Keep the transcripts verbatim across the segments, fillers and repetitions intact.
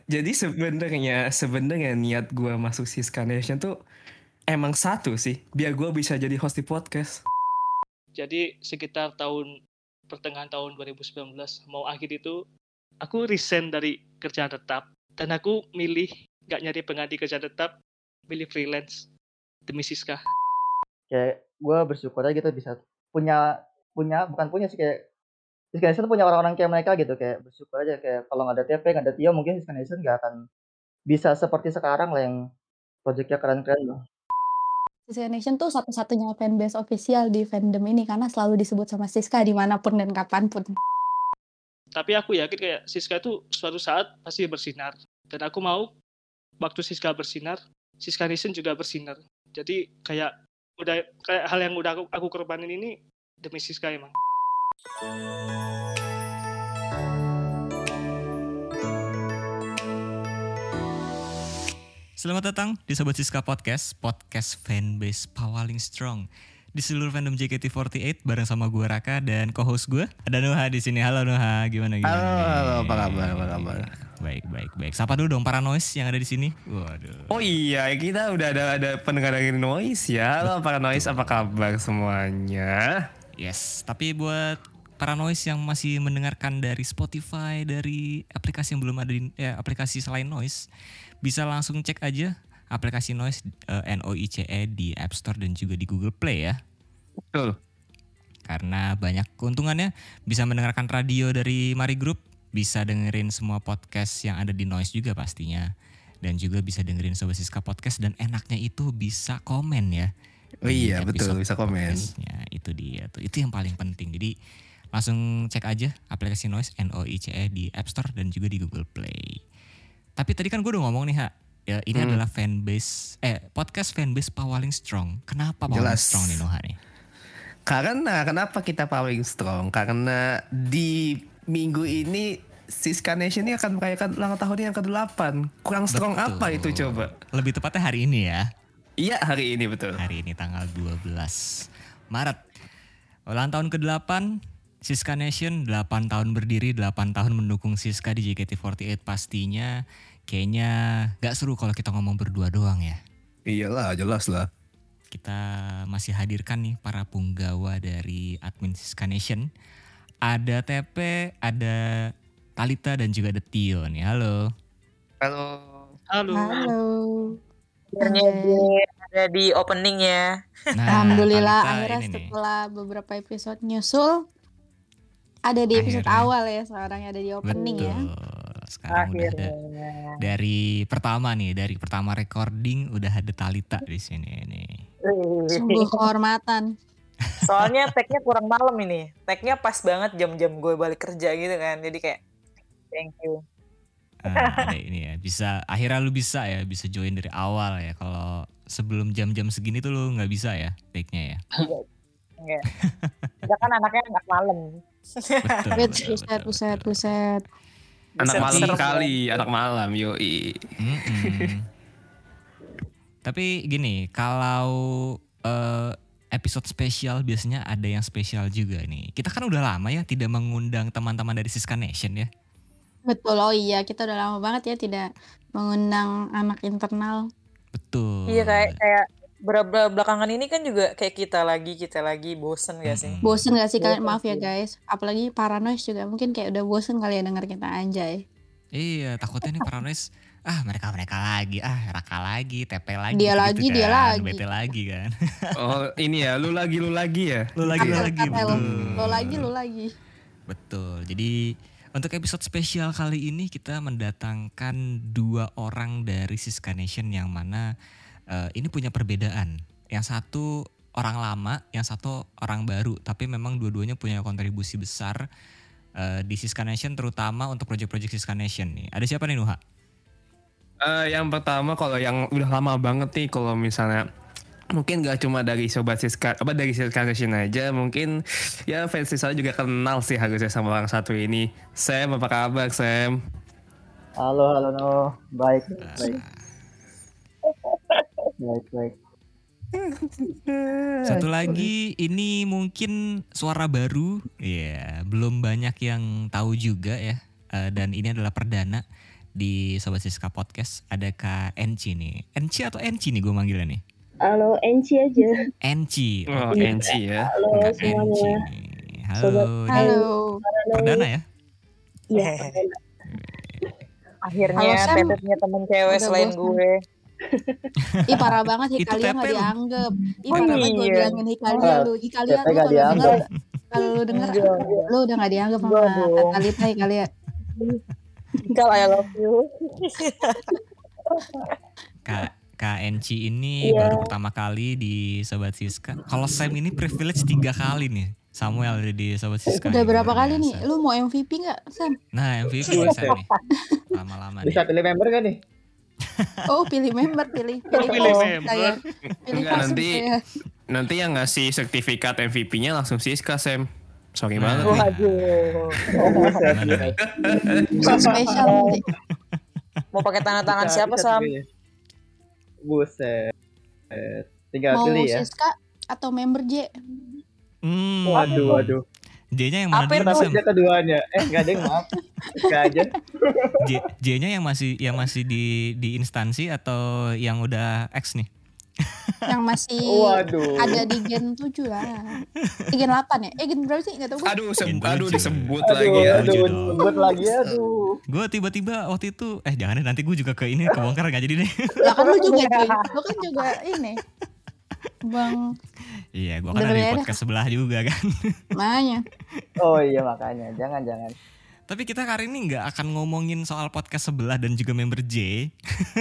Jadi sebenarnya sebenarnya niat gue masuk Siska Nation tuh emang satu sih, biar gue bisa jadi host di podcast. Jadi sekitar tahun pertengahan tahun dua ribu sembilan belas mau akhir itu aku resign dari kerjaan tetap dan aku milih nggak nyari pengganti kerjaan tetap, milih freelance demi Siska. Kayak gue bersyukur aja gitu bisa punya punya bukan punya sih kayak Siska Nation tuh punya orang-orang kayak mereka gitu, kayak bersyukur aja kayak kalau nggak ada T P nggak ada Tio mungkin Siska Nation nggak akan bisa seperti sekarang lah yang projectnya keren-keren loh. Siska Nation tuh satu-satunya fanbase official di fandom ini karena selalu disebut sama Siska dimanapun dan kapanpun. Tapi aku yakin kayak Siska itu suatu saat pasti bersinar dan aku mau waktu Siska bersinar, Siska Nation juga bersinar. Jadi kayak udah kayak hal yang udah aku, aku korbanin ini demi Siska emang. Selamat datang di Sobat Siska Podcast, podcast fanbase paling strong di seluruh fandom J K T empat delapan bareng sama gue Raka dan co-host gue ada Nuha di sini. Halo Nuha, gimana gimana? Halo, halo, apa kabar? Apa kabar? Baik, baik, baik. Sapa dulu dong para noise yang ada di sini. Waduh. Oh iya, kita udah ada ada pendengar dari Noise ya. Halo para Noise, apa kabar semuanya? Yes, tapi buat para noise yang masih mendengarkan dari Spotify, dari aplikasi yang belum ada di ya, aplikasi selain Noise, bisa langsung cek aja aplikasi Noise uh, N O I C E di App Store dan juga di Google Play ya. Betul. Karena banyak keuntungannya, bisa mendengarkan radio dari Mari Group, bisa dengerin semua podcast yang ada di Noise juga pastinya, dan juga bisa dengerin Sobat Siska Podcast, dan enaknya itu bisa komen ya. Oh iya betul, bisa komen. Itu dia tuh, itu yang paling penting. Jadi langsung cek aja aplikasi Noise N O I C E di App Store dan juga di Google Play. Tapi tadi kan gue udah ngomong nih Ha, ya ini hmm. adalah fanbase, eh podcast fanbase paling strong. Kenapa paling Jelas. strong nih Noha nih? Karena kenapa kita paling strong? Karena di minggu ini Siska Nation ini akan merayakan ulang tahun yang kedelapan. Kurang strong betul. Apa itu coba? Lebih tepatnya hari ini ya. Iya hari ini betul. Hari ini tanggal dua belas Maret. Ulang tahun kedelapan Siska Nation, delapan tahun berdiri, delapan tahun mendukung Siska di J K T empat delapan. Pastinya kayaknya gak seru kalau kita ngomong berdua doang ya. Iyalah, jelas lah. Kita masih hadirkan nih para punggawa dari admin Siska Nation. Ada T P, ada Talita dan juga ada Tio nih. Halo. Halo. Halo. Halo. Akhirnya dia ada di opening ya. Nah, Alhamdulillah Talita akhirnya ini setelah nih. beberapa episode nyusul ada di episode akhirnya. awal ya, sekarang ada di opening. Betul. Ya. Sekarang akhirnya. Udah ada dari pertama nih, dari pertama recording udah ada Talita di sini nih. Sungguh kehormatan. Soalnya tag-nya kurang malam ini. Tag-nya pas banget jam-jam gue balik kerja gitu kan. Jadi kayak thank you. Ah, ada ini ya, bisa akhirnya lu bisa ya, bisa join dari awal ya. Kalau sebelum jam-jam segini tuh lu nggak bisa ya, take-nya ya. Enggak. Kita kan anaknya anak malam. Betul, betul, buset, buset, buset. Anak malam sekali, anak malam, yoi. Tapi gini, kalau uh, episode spesial biasanya ada yang spesial juga nih. Kita kan udah lama ya tidak mengundang teman-teman dari Siska Nation ya. Betul, oh iya kita udah lama banget ya tidak mengundang anak internal. Betul. Iya kayak kayak beberapa belakangan ini kan juga kayak kita lagi kita lagi bosen gak sih? Mm-hmm. Bosen gak sih kalian? Maaf ya guys, apalagi Paranoid juga mungkin kayak udah bosen kali ya denger kita anjay. Iya takutnya nih Paranoid ah mereka mereka lagi ah Raka lagi T P lagi dia gitu lagi kan. dia lagi bete lagi kan. Oh ini ya lu lagi lu lagi ya lu lagi lu lagi betul. Lu lagi lu lagi betul. Jadi untuk episode spesial kali ini kita mendatangkan dua orang dari Siska Nation yang mana uh, ini punya perbedaan. Yang satu orang lama, yang satu orang baru. Tapi memang dua-duanya punya kontribusi besar uh, di Siska Nation, terutama untuk proyek-proyek Siska Nation nih. Ada siapa nih Nuha? Uh, yang pertama kalau yang udah lama banget nih, kalau misalnya mungkin gak cuma dari Sobat Siska, apa dari Siska Nation aja, mungkin ya fans Siska juga kenal sih harusnya sama orang satu ini. Sam, apa kabar Sam? Halo, halo no, baik, baik, baik, baik. Satu lagi ini mungkin suara baru, ya belum banyak yang tahu juga ya, uh, dan ini adalah perdana di Sobat Siska Podcast ada Kak Enci nih. Enci atau Enci nih gue manggilnya nih? Halo, Enci aja. Enci. Oh, Oke. Enci ya. Halo Kak Enci semuanya. nih. Halo. Sobat Ini Halo. perdana ya? Iya. Akhirnya Halo, Sam. Pepe punya temen cewek Udah selain bosan. gue. Ih parah banget Itu Hikalia Pepe gak lu. dianggap. Ih Oh, parah banget gue iya. bilangin Hikalia Ah, lu. Hikalia Pepe lu gak kalau dianggap. denger. Kalau lu denger Enggak, enggak. lu udah gak dianggap sama Enggak dong. Kak Talita Hikalia. Kal, I love you. Kak Kak Enci ini Iya. baru pertama kali di Sobat Siska. Kalau Sam ini privilege tiga kali nih. Samuel ada di Sobat Siska. Udah nih, berapa luar kali nih? biasa. Lu mau M V P gak Sam? Nah M V P nih Sam nih. Lama-lama nih. Bisa pilih member kan nih? Oh pilih member, pilih. Pilih, Pilih host member. saya. Pilih Enggak, host nanti saya. nanti yang ngasih sertifikat M V P-nya langsung Siska, Sam. Sorry Nah. banget nih. Waduh. Gimana nih? Episode spesial nanti. Mau pakai tanda tangan Bisa- siapa, bisa Sam? pilih. Buset. Eh, Tinggal Mau pilih ya. Siska atau member J? Hmm. Waduh, waduh. J-nya yang mana Apa dulu Kenapa Sam? aja keduanya? Eh, enggak ada yang maaf. Enggak aja. J, J-nya yang masih yang masih di di instansi atau yang udah X nih? Yang masih Waduh. ada di gen tujuh lah. Eh, gen delapan ya? Eh gen berapa sih? Gak tau gue. Aduh, se- Gitu aduh aja. disebut Aduh, lagi ya. aduh, Lucu dong. sebut lagi aduh. Gue tiba-tiba waktu itu eh jangan deh nanti gue juga ke ini kebongkar nggak jadi deh. Lah kan lu juga cuy. Lu kan juga ini. Bang Iya, gue kan ada di Bener-bener. podcast sebelah juga kan. Manya. Oh iya makanya, jangan jangan. Tapi kita kali ini nggak akan ngomongin soal podcast sebelah dan juga member J.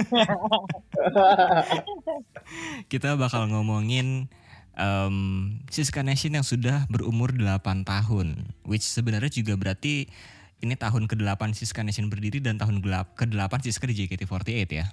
Kita bakal ngomongin em, Siska Nation yang sudah berumur delapan tahun. Which sebenarnya juga berarti ini tahun kedelapan Siska Nation berdiri dan tahun gelap kedelapan Siska di J K T empat delapan ya.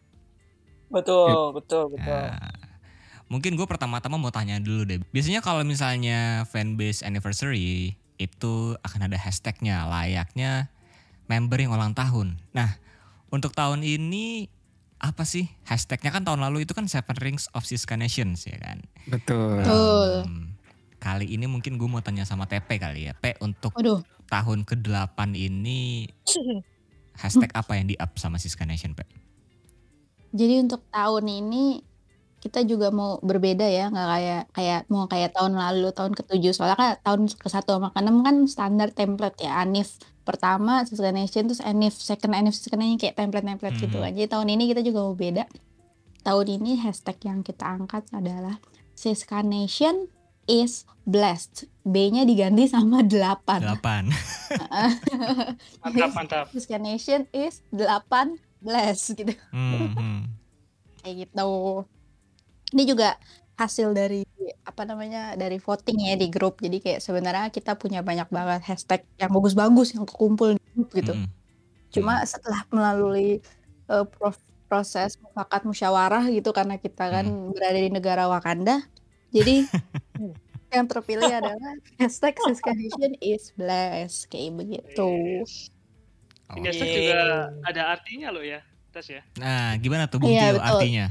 Betul, betul, betul. Nah, mungkin gue pertama-tama mau tanya dulu deh. Biasanya kalau misalnya fanbase anniversary itu akan ada hashtagnya layaknya member yang ulang tahun. Nah, untuk tahun ini apa sih hashtagnya? Kan tahun lalu itu kan Seven Rings of Siska Nations ya kan. Betul. Betul. Hmm, kali ini mungkin gue mau tanya sama T P kali ya. P untuk Waduh. tahun kedelapan ini hashtag apa yang di-up sama Siska Nation, P? Jadi untuk tahun ini kita juga mau berbeda ya, nggak kayak kayak mau kayak tahun lalu, tahun ketujuh. Soalnya kan tahun ke satu sama ke enam kan standar template ya. Anif pertama, Siska Nation, terus Anif second, Anif second kayak template-template gitu Mhm. kan. Jadi tahun ini kita juga mau beda. Tahun ini hashtag yang kita angkat adalah Siska Nation is blessed. B-nya diganti sama delapan. delapan. Mantap, mantap. Siska Nation is delapan blessed gitu. Hmm, hmm. Kayak gitu. Ini juga hasil dari apa namanya dari voting ya di grup. Jadi kayak sebenarnya kita punya banyak banget hashtag yang bagus-bagus yang kekumpul di grup gitu. Hmm. Cuma setelah melalui eh, pro- proses mufakat musyawarah gitu karena kita kan berada di negara Wakanda. Jadi yang terpilih adalah hashtag Siska Nation is blessed kayak begitu. Yes. Oh. Ini hashtag Yeay. juga ada artinya loh ya, Tas ya. Nah, gimana tuh Bung Iya, Tio betul. artinya?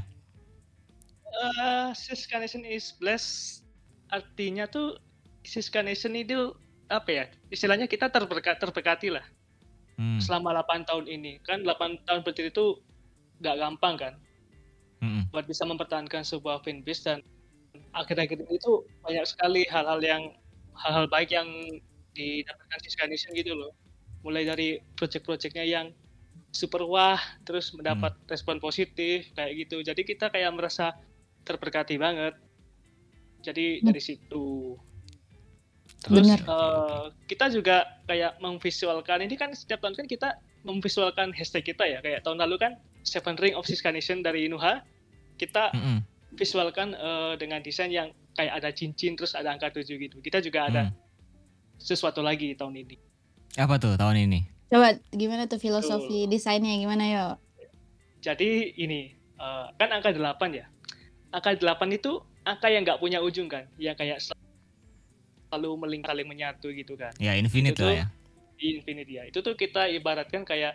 Eh, Siska Nation is blessed. Artinya tuh Siska Nation itu apa ya? Istilahnya kita terberkat, terberkati lah Hmm. selama delapan tahun ini. Kan delapan tahun berdiri itu nggak gampang kan Hmm. buat bisa mempertahankan sebuah fanbase, dan akhir-akhir ini tuh banyak sekali hal-hal yang hal-hal baik yang didapatkan Siska Nation gitu loh. Mulai dari project-projectnya yang super wah, terus mendapat respon positif kayak gitu. Jadi kita kayak merasa terberkati banget. Jadi dari situ. Terus Bener. eh, kita juga kayak memvisualkan, ini kan setiap tahun kan kita memvisualkan hashtag kita ya. Kayak tahun lalu kan Seven Ring of Siska Nation dari Inuha. Kita Hmm. visualkan eh, dengan desain yang kayak ada cincin terus ada angka tujuh gitu. Kita juga ada Hmm. sesuatu lagi tahun ini. Apa tuh tahun ini? Coba gimana tuh filosofi desainnya gimana yo? Jadi ini eh, kan angka delapan ya. Angka delapan itu angka yang nggak punya ujung kan, yang kayak selalu meling saling menyatu gitu kan. Ya infinite Itu lah tuh ya. di Infinity ya. Itu tuh kita ibaratkan kayak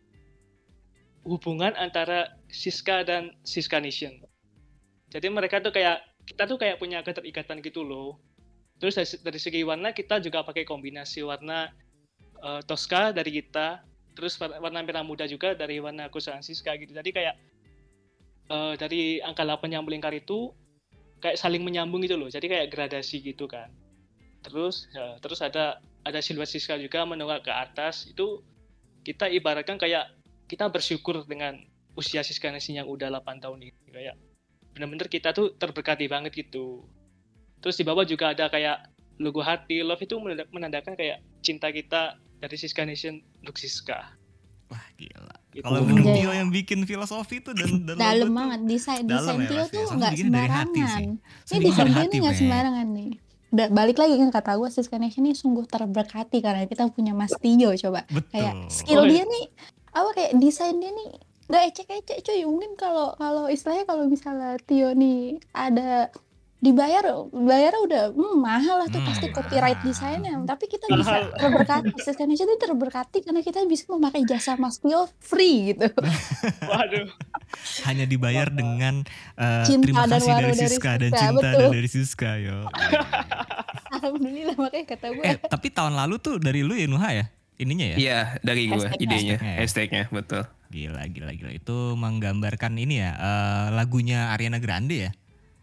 hubungan antara Siska dan Siska Nation. Jadi mereka tuh kayak kita tuh kayak punya keterikatan gitu loh. Terus dari, dari segi warna kita juga pakai kombinasi warna eh, Tosca dari kita, terus warna, warna merah muda juga dari warna kesukaan Siska gitu. Jadi kayak uh, dari angka delapan yang melingkar itu kayak saling menyambung gitu loh. Jadi kayak gradasi gitu kan. Terus ya, terus ada ada siluet Siska juga menolak ke atas. Itu kita ibaratkan kayak kita bersyukur dengan usia Siska Nation yang udah delapan tahun ini. Kayak bener-bener kita tuh terberkati banget gitu. Terus di bawah juga ada kayak logo hati, love itu menandakan kayak cinta kita dari Siska Nation untuk Siska. Wah gila. Gitu. Kalau belum Tio yang bikin filosofi tuh dan, dan dalam logo banget tuh desain dalam desain ya, Tio Mas, ya. tuh Soalnya nggak bikinnya dari hati sembarangan. sih. Ini Soalnya bikinnya desain dari Tio hati, ini nggak Mek. sembarangan nih. Udah balik lagi kan kata gue, Siska Nation ini sungguh terberkati karena kita punya Mas Tio coba. Kayak Betul. skill Oh, dia nih, apa kayak desain dia nih nggak ecek-ecek cuy. Mungkin kalau kalau istilahnya kalau misalnya Tio nih ada dibayar, bayar udah hmm, mahal lah tuh Hmm, pasti copyright mahal. desainnya. Tapi kita bisa Mahal. terberkati, Siska Nation ini terberkati karena kita bisa memakai jasa Mas Tio free gitu. Waduh. Hanya dibayar dengan uh, Cinta terima dan kasih dari waru dari Siska dan Siska, cinta betul. dan dari Siska yo. Alhamdulillah makanya kata gue. Eh tapi tahun lalu tuh dari lu ya Nuha ya ininya ya. Iya, dari gue Hashtag-nya. idenya, Hashtag-nya ya. hashtagnya betul. Gila gila gila itu menggambarkan ini ya uh, lagunya Ariana Grande ya.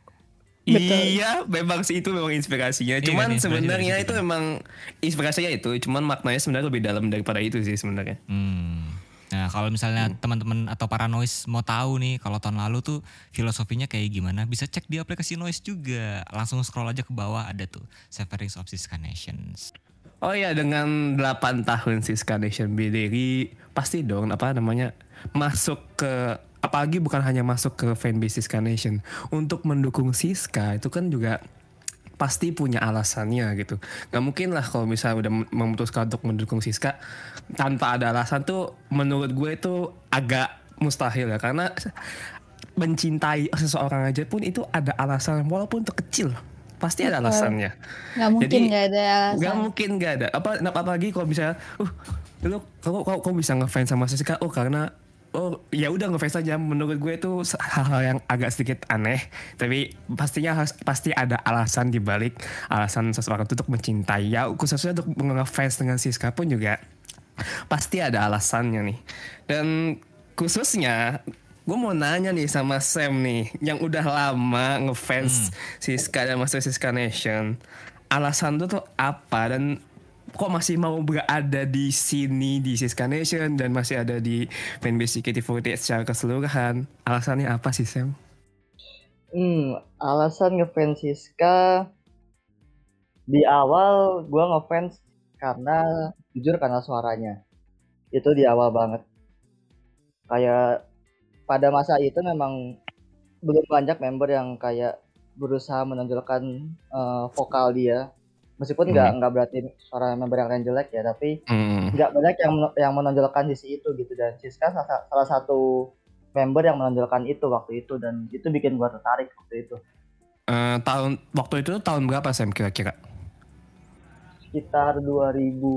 Iya, memang sih itu memang inspirasinya. Iya Cuman kan, inspirasi sebenarnya dari situ itu kan. memang inspirasinya itu, cuman maknanya sebenarnya lebih dalam daripada itu sih sebenarnya. Hmm. Nah kalau misalnya Hmm. teman-teman atau para noise mau tahu nih kalau tahun lalu tuh filosofinya kayak gimana bisa cek di aplikasi noise juga. Langsung scroll aja ke bawah ada tuh Severings of Siska Nations. Oh iya, dengan delapan tahun Siska Nation berdiri, pasti dong apa namanya masuk ke, apalagi bukan hanya masuk ke fanbase Siska Nation, untuk mendukung Siska itu kan juga pasti punya alasannya gitu. Gak mungkin lah kalau misalnya udah memutuskan untuk mendukung Siska tanpa ada alasan tuh, menurut gue itu agak mustahil ya, karena mencintai seseorang aja pun itu ada alasan walaupun terkecil. Pasti ada Betul. alasannya. Nggak mungkin Jadi, nggak ada alasan. Gak mungkin gak ada. Apa apalagi kalau misalnya, uh, lu kau kau kau bisa ngefans sama Siska, oh karena oh ya udah ngefans aja. Menurut gue itu hal-hal yang agak sedikit aneh, tapi pastinya harus pasti ada alasan di balik alasan seseorang itu untuk mencintai. Ya khususnya untuk ngefans dengan Siska pun juga pasti ada alasannya nih. Dan khususnya gue mau nanya nih sama Sam nih, yang udah lama ngefans Siska dan masuk Siska Nation, alasan tuh tuh apa dan kok masih mau berada di sini di Siska Nation dan masih ada di fanbase J K T empat delapan secara keseluruhan? Alasannya apa sih Sam? Hmm, alasan ngefans Siska di awal gue ngefans karena jujur karena suaranya. Itu di awal banget. Kayak pada masa itu memang belum banyak member yang kayak berusaha menonjolkan uh, vokal dia. Meskipun nggak Hmm. nggak berarti suara member yang lain jelek ya, tapi Hmm. nggak banyak yang yang menonjolkan sisi itu gitu. Dan Siska salah, salah satu member yang menonjolkan itu waktu itu, dan itu bikin gua tertarik waktu itu. Eh, tahun waktu itu tahun berapa Sam kira-kira? Sekitar dua ribu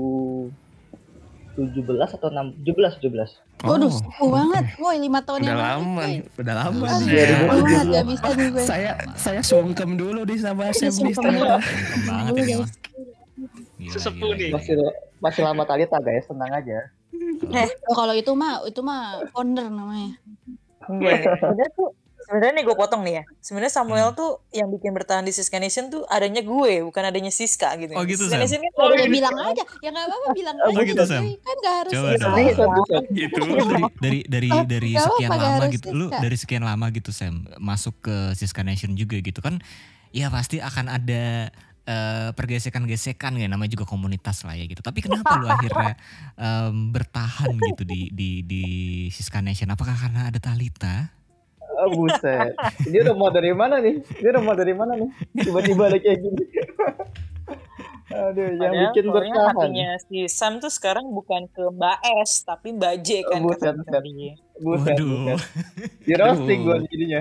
tujuh belas atau enam tujuh belas tujuh belas. Waduh, sepuh banget. Woi, lima tahun Udah yang lalu. lama, cuy. udah lama Ah, nih. dua ribu sepuh tujuh banget, belas. gak bisa nih gue. Saya saya sungkem dulu di sama Sam Iya, nih. sungkem dulu. Sungkem banget ini mah. Gila, Sesepuh gila, nih. gila. Masih masih lama Talita guys, tenang aja. Oh, kalau itu mah itu mah founder namanya. Enggak. Sebenarnya tuh sebenarnya nih gue potong nih ya. Sebenarnya Samuel tuh yang bikin bertahan di Siska Nation tuh adanya gue, bukan adanya Siska gitu. Oh, gitu, Siska Sam? Nation kan Oh, ada Ya gitu. bilang aja, ya nggak apa-apa bilang Oh, aja. gitu, Sam? cuy. Kan nggak harus Coba Siska. dong. Bisa bisa. Gitu. Lu dari dari dari Oh, dari nggak sekian apa-apa, nggak lama harus gitu lu Siska. dari sekian lama gitu Sam masuk ke Siska Nation juga gitu kan ya pasti akan ada eh, pergesekan-gesekan ya namanya juga komunitas lah ya gitu tapi kenapa lu akhirnya em, bertahan gitu di di di Siska Nation apakah karena ada Talita? Oh, buset. Ini udah mau dari mana nih? Ini udah mau dari mana nih? Tiba-tiba ada kayak gini. Aduh, yang Padahal bikin soalnya bertahan. hatinya si Sam tuh sekarang bukan ke Mbak S tapi Mbak J kan Oh, buset, kata buset. dia. Buset, Waduh. buset. Di roasting gue Aduh. jadinya.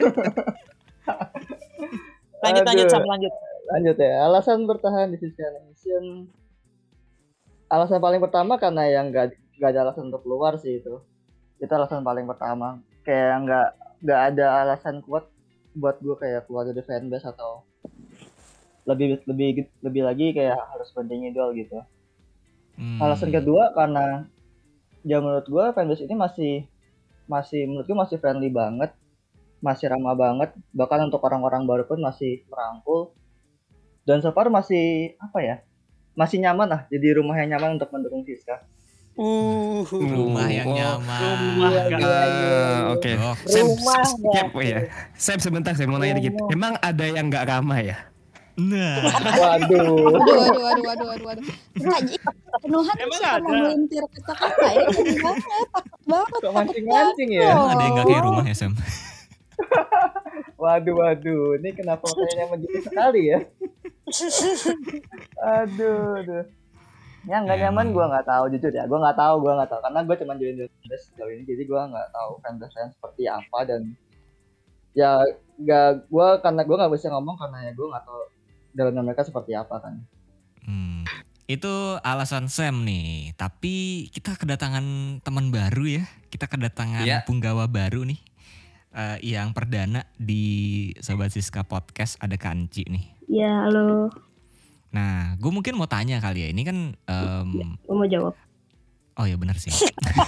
Lanjut lanjut Aduh. Sam lanjut. Lanjut ya. Alasan bertahan di Siska Nation. Alasan paling pertama karena yang gak, gak ada alasan untuk keluar sih itu. Itu alasan paling pertama. Kayak nggak nggak ada alasan kuat buat gue kayak keluar dari fanbase atau lebih lebih lebih lagi kayak harus banding idol gitu. Hmm. Alasan kedua karena ya menurut gue fanbase ini masih masih menurut gue masih friendly banget, masih ramah banget, bahkan untuk orang-orang baru pun masih merangkul, dan so far masih apa ya, masih nyaman lah, jadi rumah yang nyaman untuk mendukung Siska. Uh, Rumah yang Oh. nyaman. Rumah gak Eh, Oke. Gok. Sam, Rumah Sam, nggak? ya. Sam sebentar saya mau nanya dikit. Rumah. Emang ada yang nggak ramah ya? Nah, Waduh. Waduh, waduh, waduh, waduh, waduh, waduh. Nah, jadi Nuhan Emang suka ada? memelintir kata-kata ya, keren banget, takut banget, Kok takut mancing-mancing banget ya? emang ada yang nggak kayak loh. rumah ya Sam? Waduh, waduh. Ini kenapa kayaknya menjadi sekali ya? Aduh, aduh. Yang nggak nyaman Emang. gue nggak tahu, jujur ya. Gue nggak tahu, gue nggak tahu. Karena gue cuma join fanbase sejauh ini, jadi gue nggak tahu fanbase yang seperti apa. Dan ya nggak, gue karena gue nggak bisa ngomong karena ya gue nggak tahu dalamnya mereka seperti apa kan. Hmm, itu alasan Sam nih. Tapi kita kedatangan teman baru ya. Kita kedatangan Iya. punggawa baru nih. Eh, yang perdana di Sobat Siska Podcast ada Kanci nih. Ya, halo. Nah, gue mungkin mau tanya kali ya. Ini kan, em, Gue mau jawab. oh ya benar sih.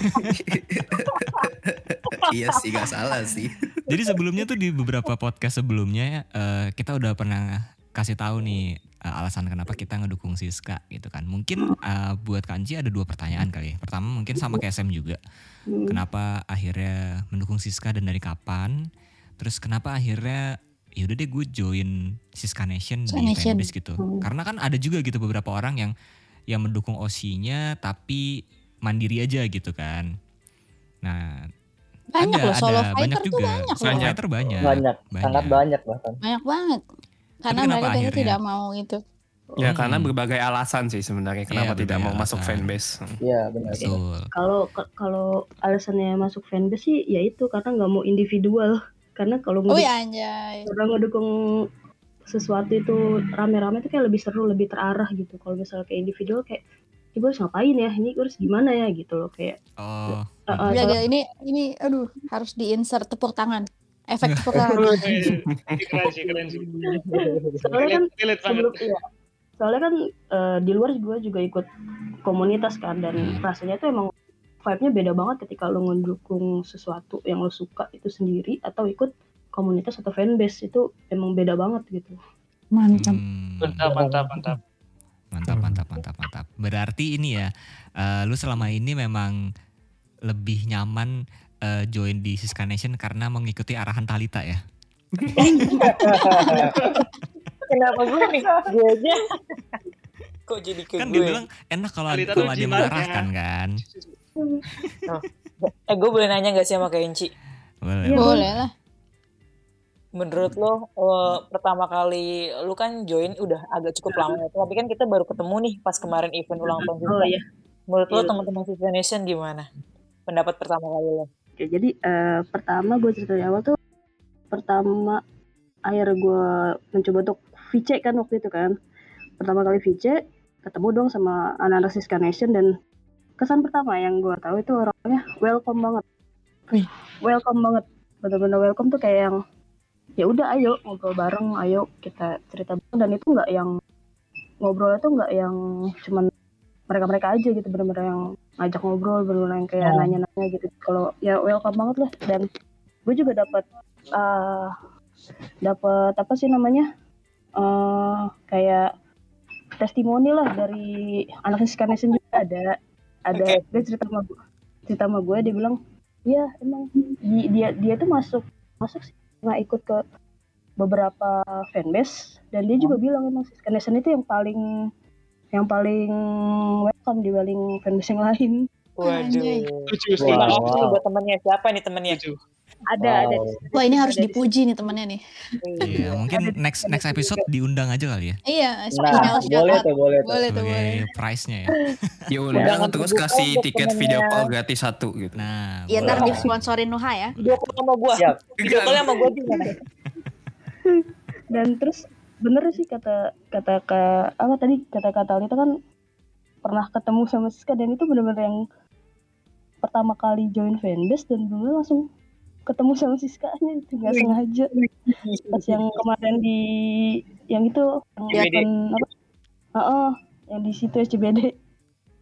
Iya sih, nggak salah sih. Jadi sebelumnya tuh di beberapa podcast sebelumnya eh, kita udah pernah kasih tahu nih eh, alasan kenapa kita ngedukung Siska gitu kan. Mungkin eh, buat Kanci ada dua pertanyaan kali ya. Pertama mungkin sama kayak Sam juga. Hmm. Kenapa akhirnya mendukung Siska dan dari kapan? Terus kenapa akhirnya ya udah deh gue join Siska Nation Siska di Nation. fanbase gitu. Hmm. Karena kan ada juga gitu beberapa orang yang yang mendukung O S I-nya tapi mandiri aja gitu kan. Nah, Banyak ada, loh, solo ada, fighter banyak tuh juga. banyak Solo loh. fighter banyak. Banyak, banyak. sangat banyak bahkan. Banyak banget. Karena kenapa mereka biasanya akhirnya? tidak mau gitu. Ya Hmm. karena berbagai alasan sih sebenarnya kenapa Iya, tidak mau berbagai masuk alasan. fanbase. Iya benar. Betul. Kalau ke- kalau alasannya masuk fanbase sih ya itu karena nggak mau individual. Karena kalau Oh ngeduk- ya anjay. orang ngedukung sesuatu itu rame-rame itu kayak lebih seru, lebih terarah gitu. Kalau misalnya kayak individual kayak ini gue harus ngapain ya, ini gue harus gimana ya gitu loh kayak. Oh, uh, uh, Gila, soal- gila, ini ini aduh harus diinsert tepuk tangan. Efek tepuk tangan. Ini keren sih, keren sih. soalnya kan Relate, relate banget. sebelum iya, soalnya kan eh, di luar gue juga ikut komunitas kan, dan rasanya tuh emang vibe-nya beda banget ketika lo ngedukung sesuatu yang lo suka itu sendiri atau ikut komunitas atau fanbase, itu emang beda banget gitu. Mantap. hmm. Mantap, mantap, mantap. Mantap, mantap, mantap, mantap. Berarti ini ya, eh, lu selama ini memang lebih nyaman eh, join di Siska Nation karena mengikuti arahan Talita ya? Kenapa gue nih? Gue aja. Kok jadi ke Kan gue? dia bilang enak kalau Talita kalau tuh dia gimana? mengarahkan kan? Eh gue boleh nanya gak sih sama Kak Enci? Boleh. Iya. Boleh lah. Menurut lo eh, pertama kali lu kan join udah agak cukup lama ya, tapi kan kita baru ketemu nih pas kemarin event ulang tahun Siska. Oh iya. Menurut lo Iya. teman-teman Siska Nation gimana? Pendapat pertama kali lo? Oke, jadi eh, pertama gue cerita dari awal tuh, pertama akhirnya gue mencoba untuk V C kan waktu itu kan. Pertama kali V C, ketemu dong sama anak-anak Siska Nation, dan kesan pertama yang gue tahu itu orangnya welcome banget. Wih. Welcome banget. Bener-bener welcome tuh kayak yang ya udah ayo ngobrol bareng, ayo kita cerita bareng, dan itu nggak yang ngobrolnya tuh nggak yang cuman mereka-mereka aja gitu, bener-bener yang ngajak ngobrol, bener-bener yang kayak Oh. nanya-nanya gitu. Kalau ya welcome banget lah, dan gue juga dapat uh, dapat apa sih namanya uh, kayak testimoni lah dari anak Siska Nation juga ada ada Oke. dia cerita sama gue cerita sama gue dia bilang iya emang di- dia dia tuh masuk masuk sih nggak ikut ke beberapa fanbase, dan dia juga bilang emang Siska Nation itu yang paling yang paling welcome dibanding fanbase yang lain. Anjay. Waduh. Setuju, Wow. setuju. Wow. Ini buat temennya siapa nih temennya? Setuju. Ada Wow. ada. Wah ini harus Ada di- dipuji nih temennya nih. Iya, mungkin next next episode diundang aja kali ya Iya, Nah, special shout boleh out. tuh, boleh tuh. Boleh tuh, boleh. sebagai prize-nya ya. Diundang Jangan terus terbuka kasih untuk tiket temennya. video call gratis satu gitu. Nah, Iya, ntar boleh. disponsorin Nuha ya. Video call sama gue. Siap. Video call sama gue gimana? Dan terus bener sih kata kata ke apa tadi kata kata itu kan pernah ketemu sama Siska, dan itu bener-bener yang pertama kali join fanbase dan bener langsung ketemu sama Siska-nya, itu nggak sengaja pas yang kemarin di yang itu yang C B D. event apa Heeh, yang di situ S C B D.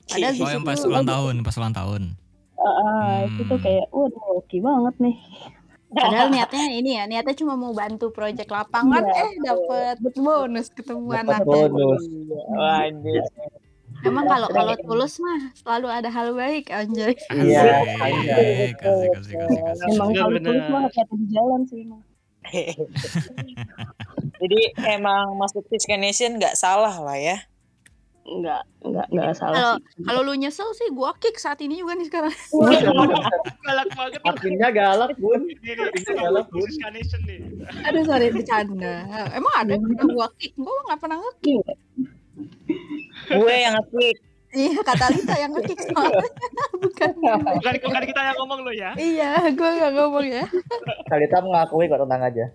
Padahal di Oh yang pas situ ulang tahun, pas ulang tahun. Ah, itu tuh Hmm. kayak, waduh oke banget nih. padahal niatnya ini ya, niatnya cuma mau bantu proyek lapangan, Iya, eh dapet bonus ketemu Dapat anaknya. bonus. Waduh. Emang kalau kalau tulus mah selalu ada hal baik anjay. Iya, Asik, asik, asik, asik, asik. Emang Bener, kalau bener. tulis mah hati-hati di jalan sih emang. Jadi emang masuk Siskan Nation nggak salah lah ya. Enggak, enggak, enggak salah Kalau sih. kalau lu nyesel sih gua kick saat ini juga nih sekarang. Galak banget. Akhirnya galak, Bun. Ini nih, Akhirnya ini galak, Bun. Siskan Nation nih. Aduh sorry bercanda. Emang ada yang pernah gua kick? Gua nggak pernah nge-kick. Gue yang nge-kick. Iya kata Lita yang nge-kick soalnya. Bukan. Bukan, bukan kita yang ngomong lo ya. Iya, gua nggak ngomong ya. Kalita mengakui kok, tenang aja.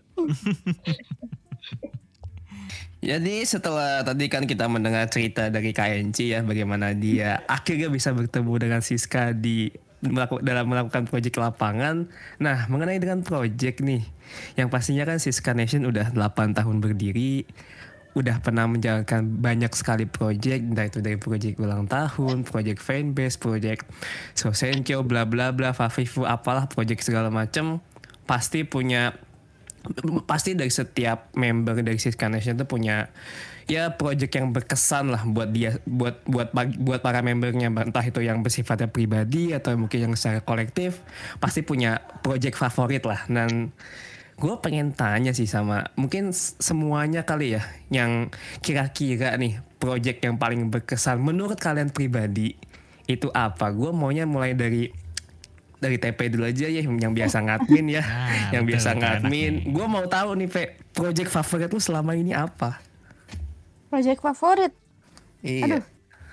Jadi setelah tadi kan kita mendengar cerita dari K N C ya, bagaimana dia akhirnya bisa bertemu dengan Siska di melaku, dalam melakukan proyek lapangan. Nah, mengenai dengan proyek nih, yang pastinya kan Siska Nation udah delapan tahun berdiri, udah pernah menjalankan banyak sekali proyek, entah itu dari proyek ulang tahun, proyek fanbase, proyek Sosenkyo, bla bla bla, Fafifu, apalah proyek segala macam, pasti punya pasti dari setiap member dari Siska Nation itu punya ya project yang berkesan lah buat dia, buat buat buat para membernya, entah itu yang bersifatnya pribadi atau mungkin yang secara kolektif, pasti punya project favorit lah. Dan gue pengen tanya sih sama mungkin semuanya kali ya, yang kira-kira nih project yang paling berkesan menurut kalian pribadi itu apa? Gue maunya mulai dari dari T P dulu aja ya, yang biasa ngadmin ya. Nah, yang betul, biasa betul, ngadmin. enak nih. Gue mau tahu nih, Pe, project favorit lu selama ini apa? Project favorit. Iya. Aduh.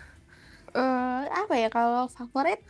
Eh apa ya kalau favorit?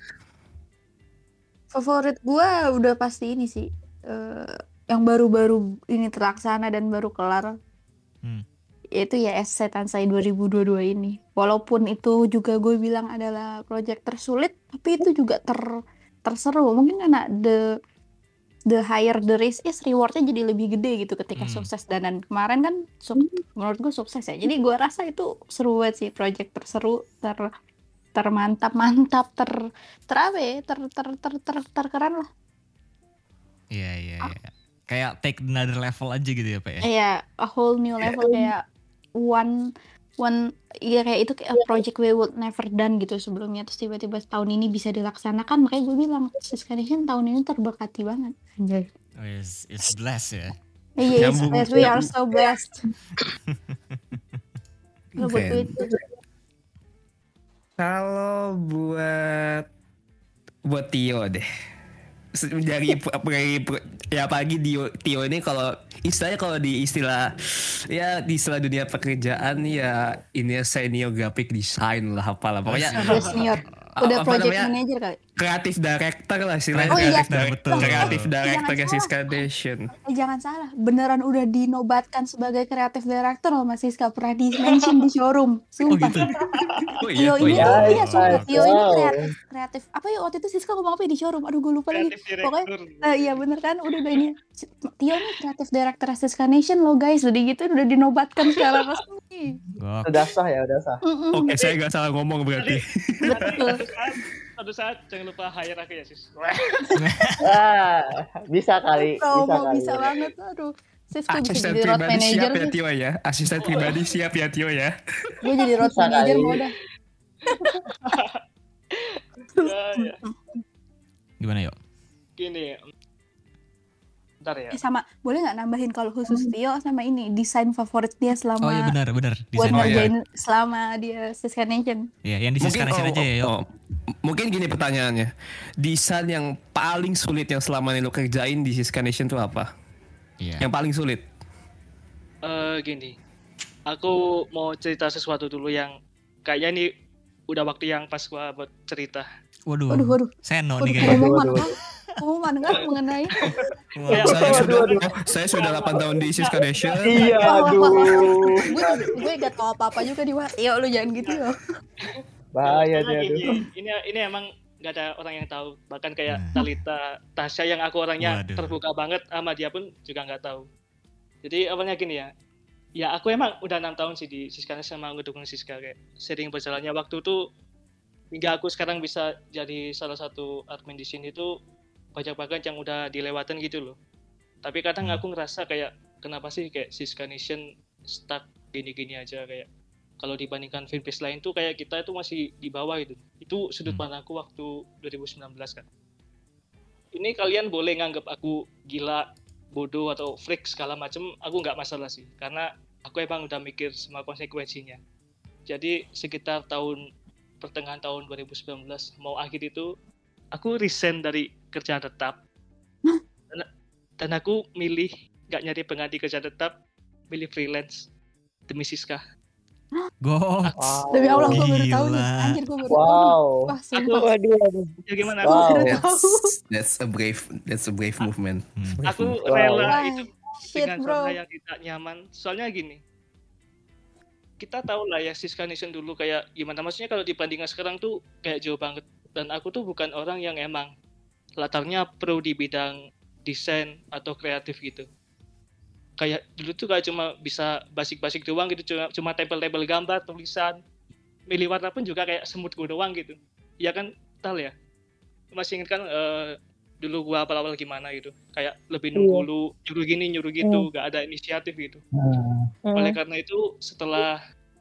Favorit gua udah pasti ini sih. Eh yang baru-baru ini terlaksana dan baru kelar. Hmm. Yaitu ya S C Tansai dua ribu dua puluh dua ini. Walaupun itu juga gue bilang adalah project tersulit, tapi itu juga ter terseru. Mungkin karena the the higher the risk is, rewardnya jadi lebih gede gitu ketika Hmm. sukses. Dan, dan kemarin kan su- menurut gue sukses ya. Jadi gue rasa itu seru banget sih, project terseru, ter termantap mantap, ter ter apa ya, ter ter ter ter terkeren lah. Iya, iya, iya. Kayak take another level aja gitu ya, Pak ya. Iya, a whole new level, kayak one one ya kayak itu kayak a project we would never done gitu sebelumnya, terus tiba-tiba tahun ini bisa dilaksanakan. Makanya gue bilang Siska Nation tahun ini terberkati banget. Anjay. Oh, yes, it's blessed ya. Yes, Nyambung. yes, we are so blessed. Lo buat Keren. itu. Kalau buat buat Tio deh. Se- Dari dari ya pagi Tio, Tio ini kalau istilahnya kalau di istilah ya di istilah dunia pekerjaan ya ini senior graphic design lah apalah pokoknya Udah senior, udah apa project namanya? manager kali. kreatif director lah istilahnya, Oh iya. kreatif Nah, direct- betul. kreatif Jangan director salah. Siska Nation. Eh, jangan salah, beneran udah dinobatkan sebagai kreatif director loh Mas Siska, pernah di mention di showroom. Oh Sumpah. gitu. Oh Tio oh ini iya. tuh, Nice, iya sumpah, nice. Tio ini Wow. kreatif, kreatif. Apa ya waktu itu Siska ngomong apa ya di showroom? Aduh gue lupa lagi. Kreatif Pokoknya, director. eh, iya bener kan, udah udah ini. Tio nih kreatif director Siska Nation loh guys, udah gitu udah dinobatkan secara resmi. Gok. Udah sah ya, udah sah. Mm-mm. Oke, saya nggak salah ngomong berarti. Betul. Satu saat, satu saat jangan lupa hire aku ya sis. Ah, bisa kali, bisa Promo kali. bisa banget, aduh. Sis gue bisa Asisten jadi road pribadi manager siap ya sih. Tio ya. Asisten pribadi siap ya Tio ya. Gue jadi road Bisa manager kali. mau dah. Ya, ya. Gimana yuk? Gini, bentar ya. Eh, sama boleh nggak nambahin kalau khusus Tio sama ini desain favorit dia selama Oh iya benar, benar. buat Desain Oh, iya. ngerjain selama dia Siska Nation. ya, yang di Siska Nation oh, aja ya, yuk. oh, mungkin gini pertanyaannya. Desain yang paling sulit yang selama ini lo kerjain di Siska Nation itu apa? Iya. Yang paling sulit? Eh gini, aku mau cerita sesuatu dulu yang kayaknya ini udah waktu yang pas gua buat cerita. Waduh. Waduh, waduh. Seno Waduh, nih kayaknya. pengumuman Waduh, kah? Pengumuman kan mengenai Ya, Saya Waduh, sudah waduh. oh, saya sudah delapan tahun di Siska Nation. Iya, Wah, wah, wah, wah. aduh. gue gue gak tau apa-apa juga di Tio, lu jangan gitu ya. Bahaya Karena dia gini, tuh. ini ini emang nggak ada orang yang tahu. Bahkan kayak Nah. Talita, Tasya yang aku orangnya Waduh. terbuka banget, sama dia pun juga nggak tahu. Jadi awalnya gini ya, ya aku emang udah enam tahun sih di Siska sama ngedukung Siska, kayak sering berjalannya waktu tuh hingga aku sekarang bisa jadi salah satu admin di sini tuh banyak banget yang udah dilewatin gitu loh. Tapi kadang Hmm. aku ngerasa kayak kenapa sih kayak Siska Nation stuck gini-gini aja, kayak kalau dibandingkan fanbase lain tuh kayak kita itu masih di bawah gitu. Itu sudut Hmm. pandangku waktu dua ribu sembilan belas kan. Ini kalian boleh nganggap aku gila, bodoh atau freak segala macem, aku nggak masalah sih, karena aku emang udah mikir semua konsekuensinya. Jadi sekitar tahun pertengahan tahun dua ribu sembilan belas mau akhir itu aku resign dari kerjaan tetap dan, dan aku milih nggak nyari pengganti kerja tetap, milih freelance demi Siska. Goks. Wow. Demi Allah gue baru tahu nih. Gila. Anjir gue baru tahu nih. Wow. Wah Aku sumpah. Waduh, waduh. ya gimana Wow. aku Baru tahu. That's that's a brave that's a brave movement. Hmm. Brave aku move. Wow. rela Wah, itu shit dengan bro. zona yang tidak nyaman. Soalnya gini, kita tahu lah ya Siska Nation dulu kayak gimana, maksudnya kalau dibandingkan sekarang tuh kayak jauh banget. Dan aku tuh bukan orang yang emang latarnya pro di bidang desain atau kreatif gitu. Kayak dulu tuh kayak cuma bisa basic-basic doang gitu, cuma cuma tempel-tempel gambar, tulisan, milih warna pun juga kayak semut gua doang gitu. Ya kan, tahu ya. Masih ingat kan eh, dulu gua awal-awal gimana gitu. Kayak lebih nunggu Iya. lu nyuruh gini, nyuruh gitu, gak ada inisiatif gitu. Hmm. Oleh Hmm. karena itu setelah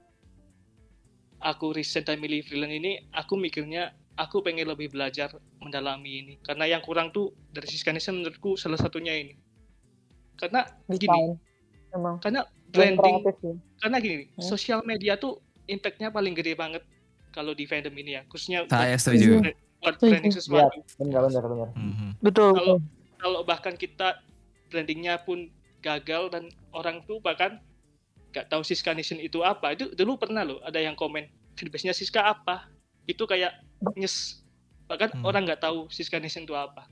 aku resign dan milih freelance ini, aku mikirnya aku pengen lebih belajar mendalami ini. Karena yang kurang tuh dari Siska Nation menurutku salah satunya ini. Karena gini, Desain. Emang. karena Yang branding, kreatif sih. karena gini, Hmm. sosial media tuh impact-nya paling gede banget kalau di fandom ini ya. Khususnya buat, Saya setuju. buat Setuju. branding Iya, sesuatu. benar benar benar. Mhm. Betul. Kalau betul. kalau bahkan kita brandingnya pun gagal dan orang tuh bahkan gak tahu Siska Nation itu apa. Itu dulu pernah loh ada yang komen fanbase-nya Siska apa. Itu kayak nyes. Bahkan Hmm. orang gak tahu Siska Nation itu apa.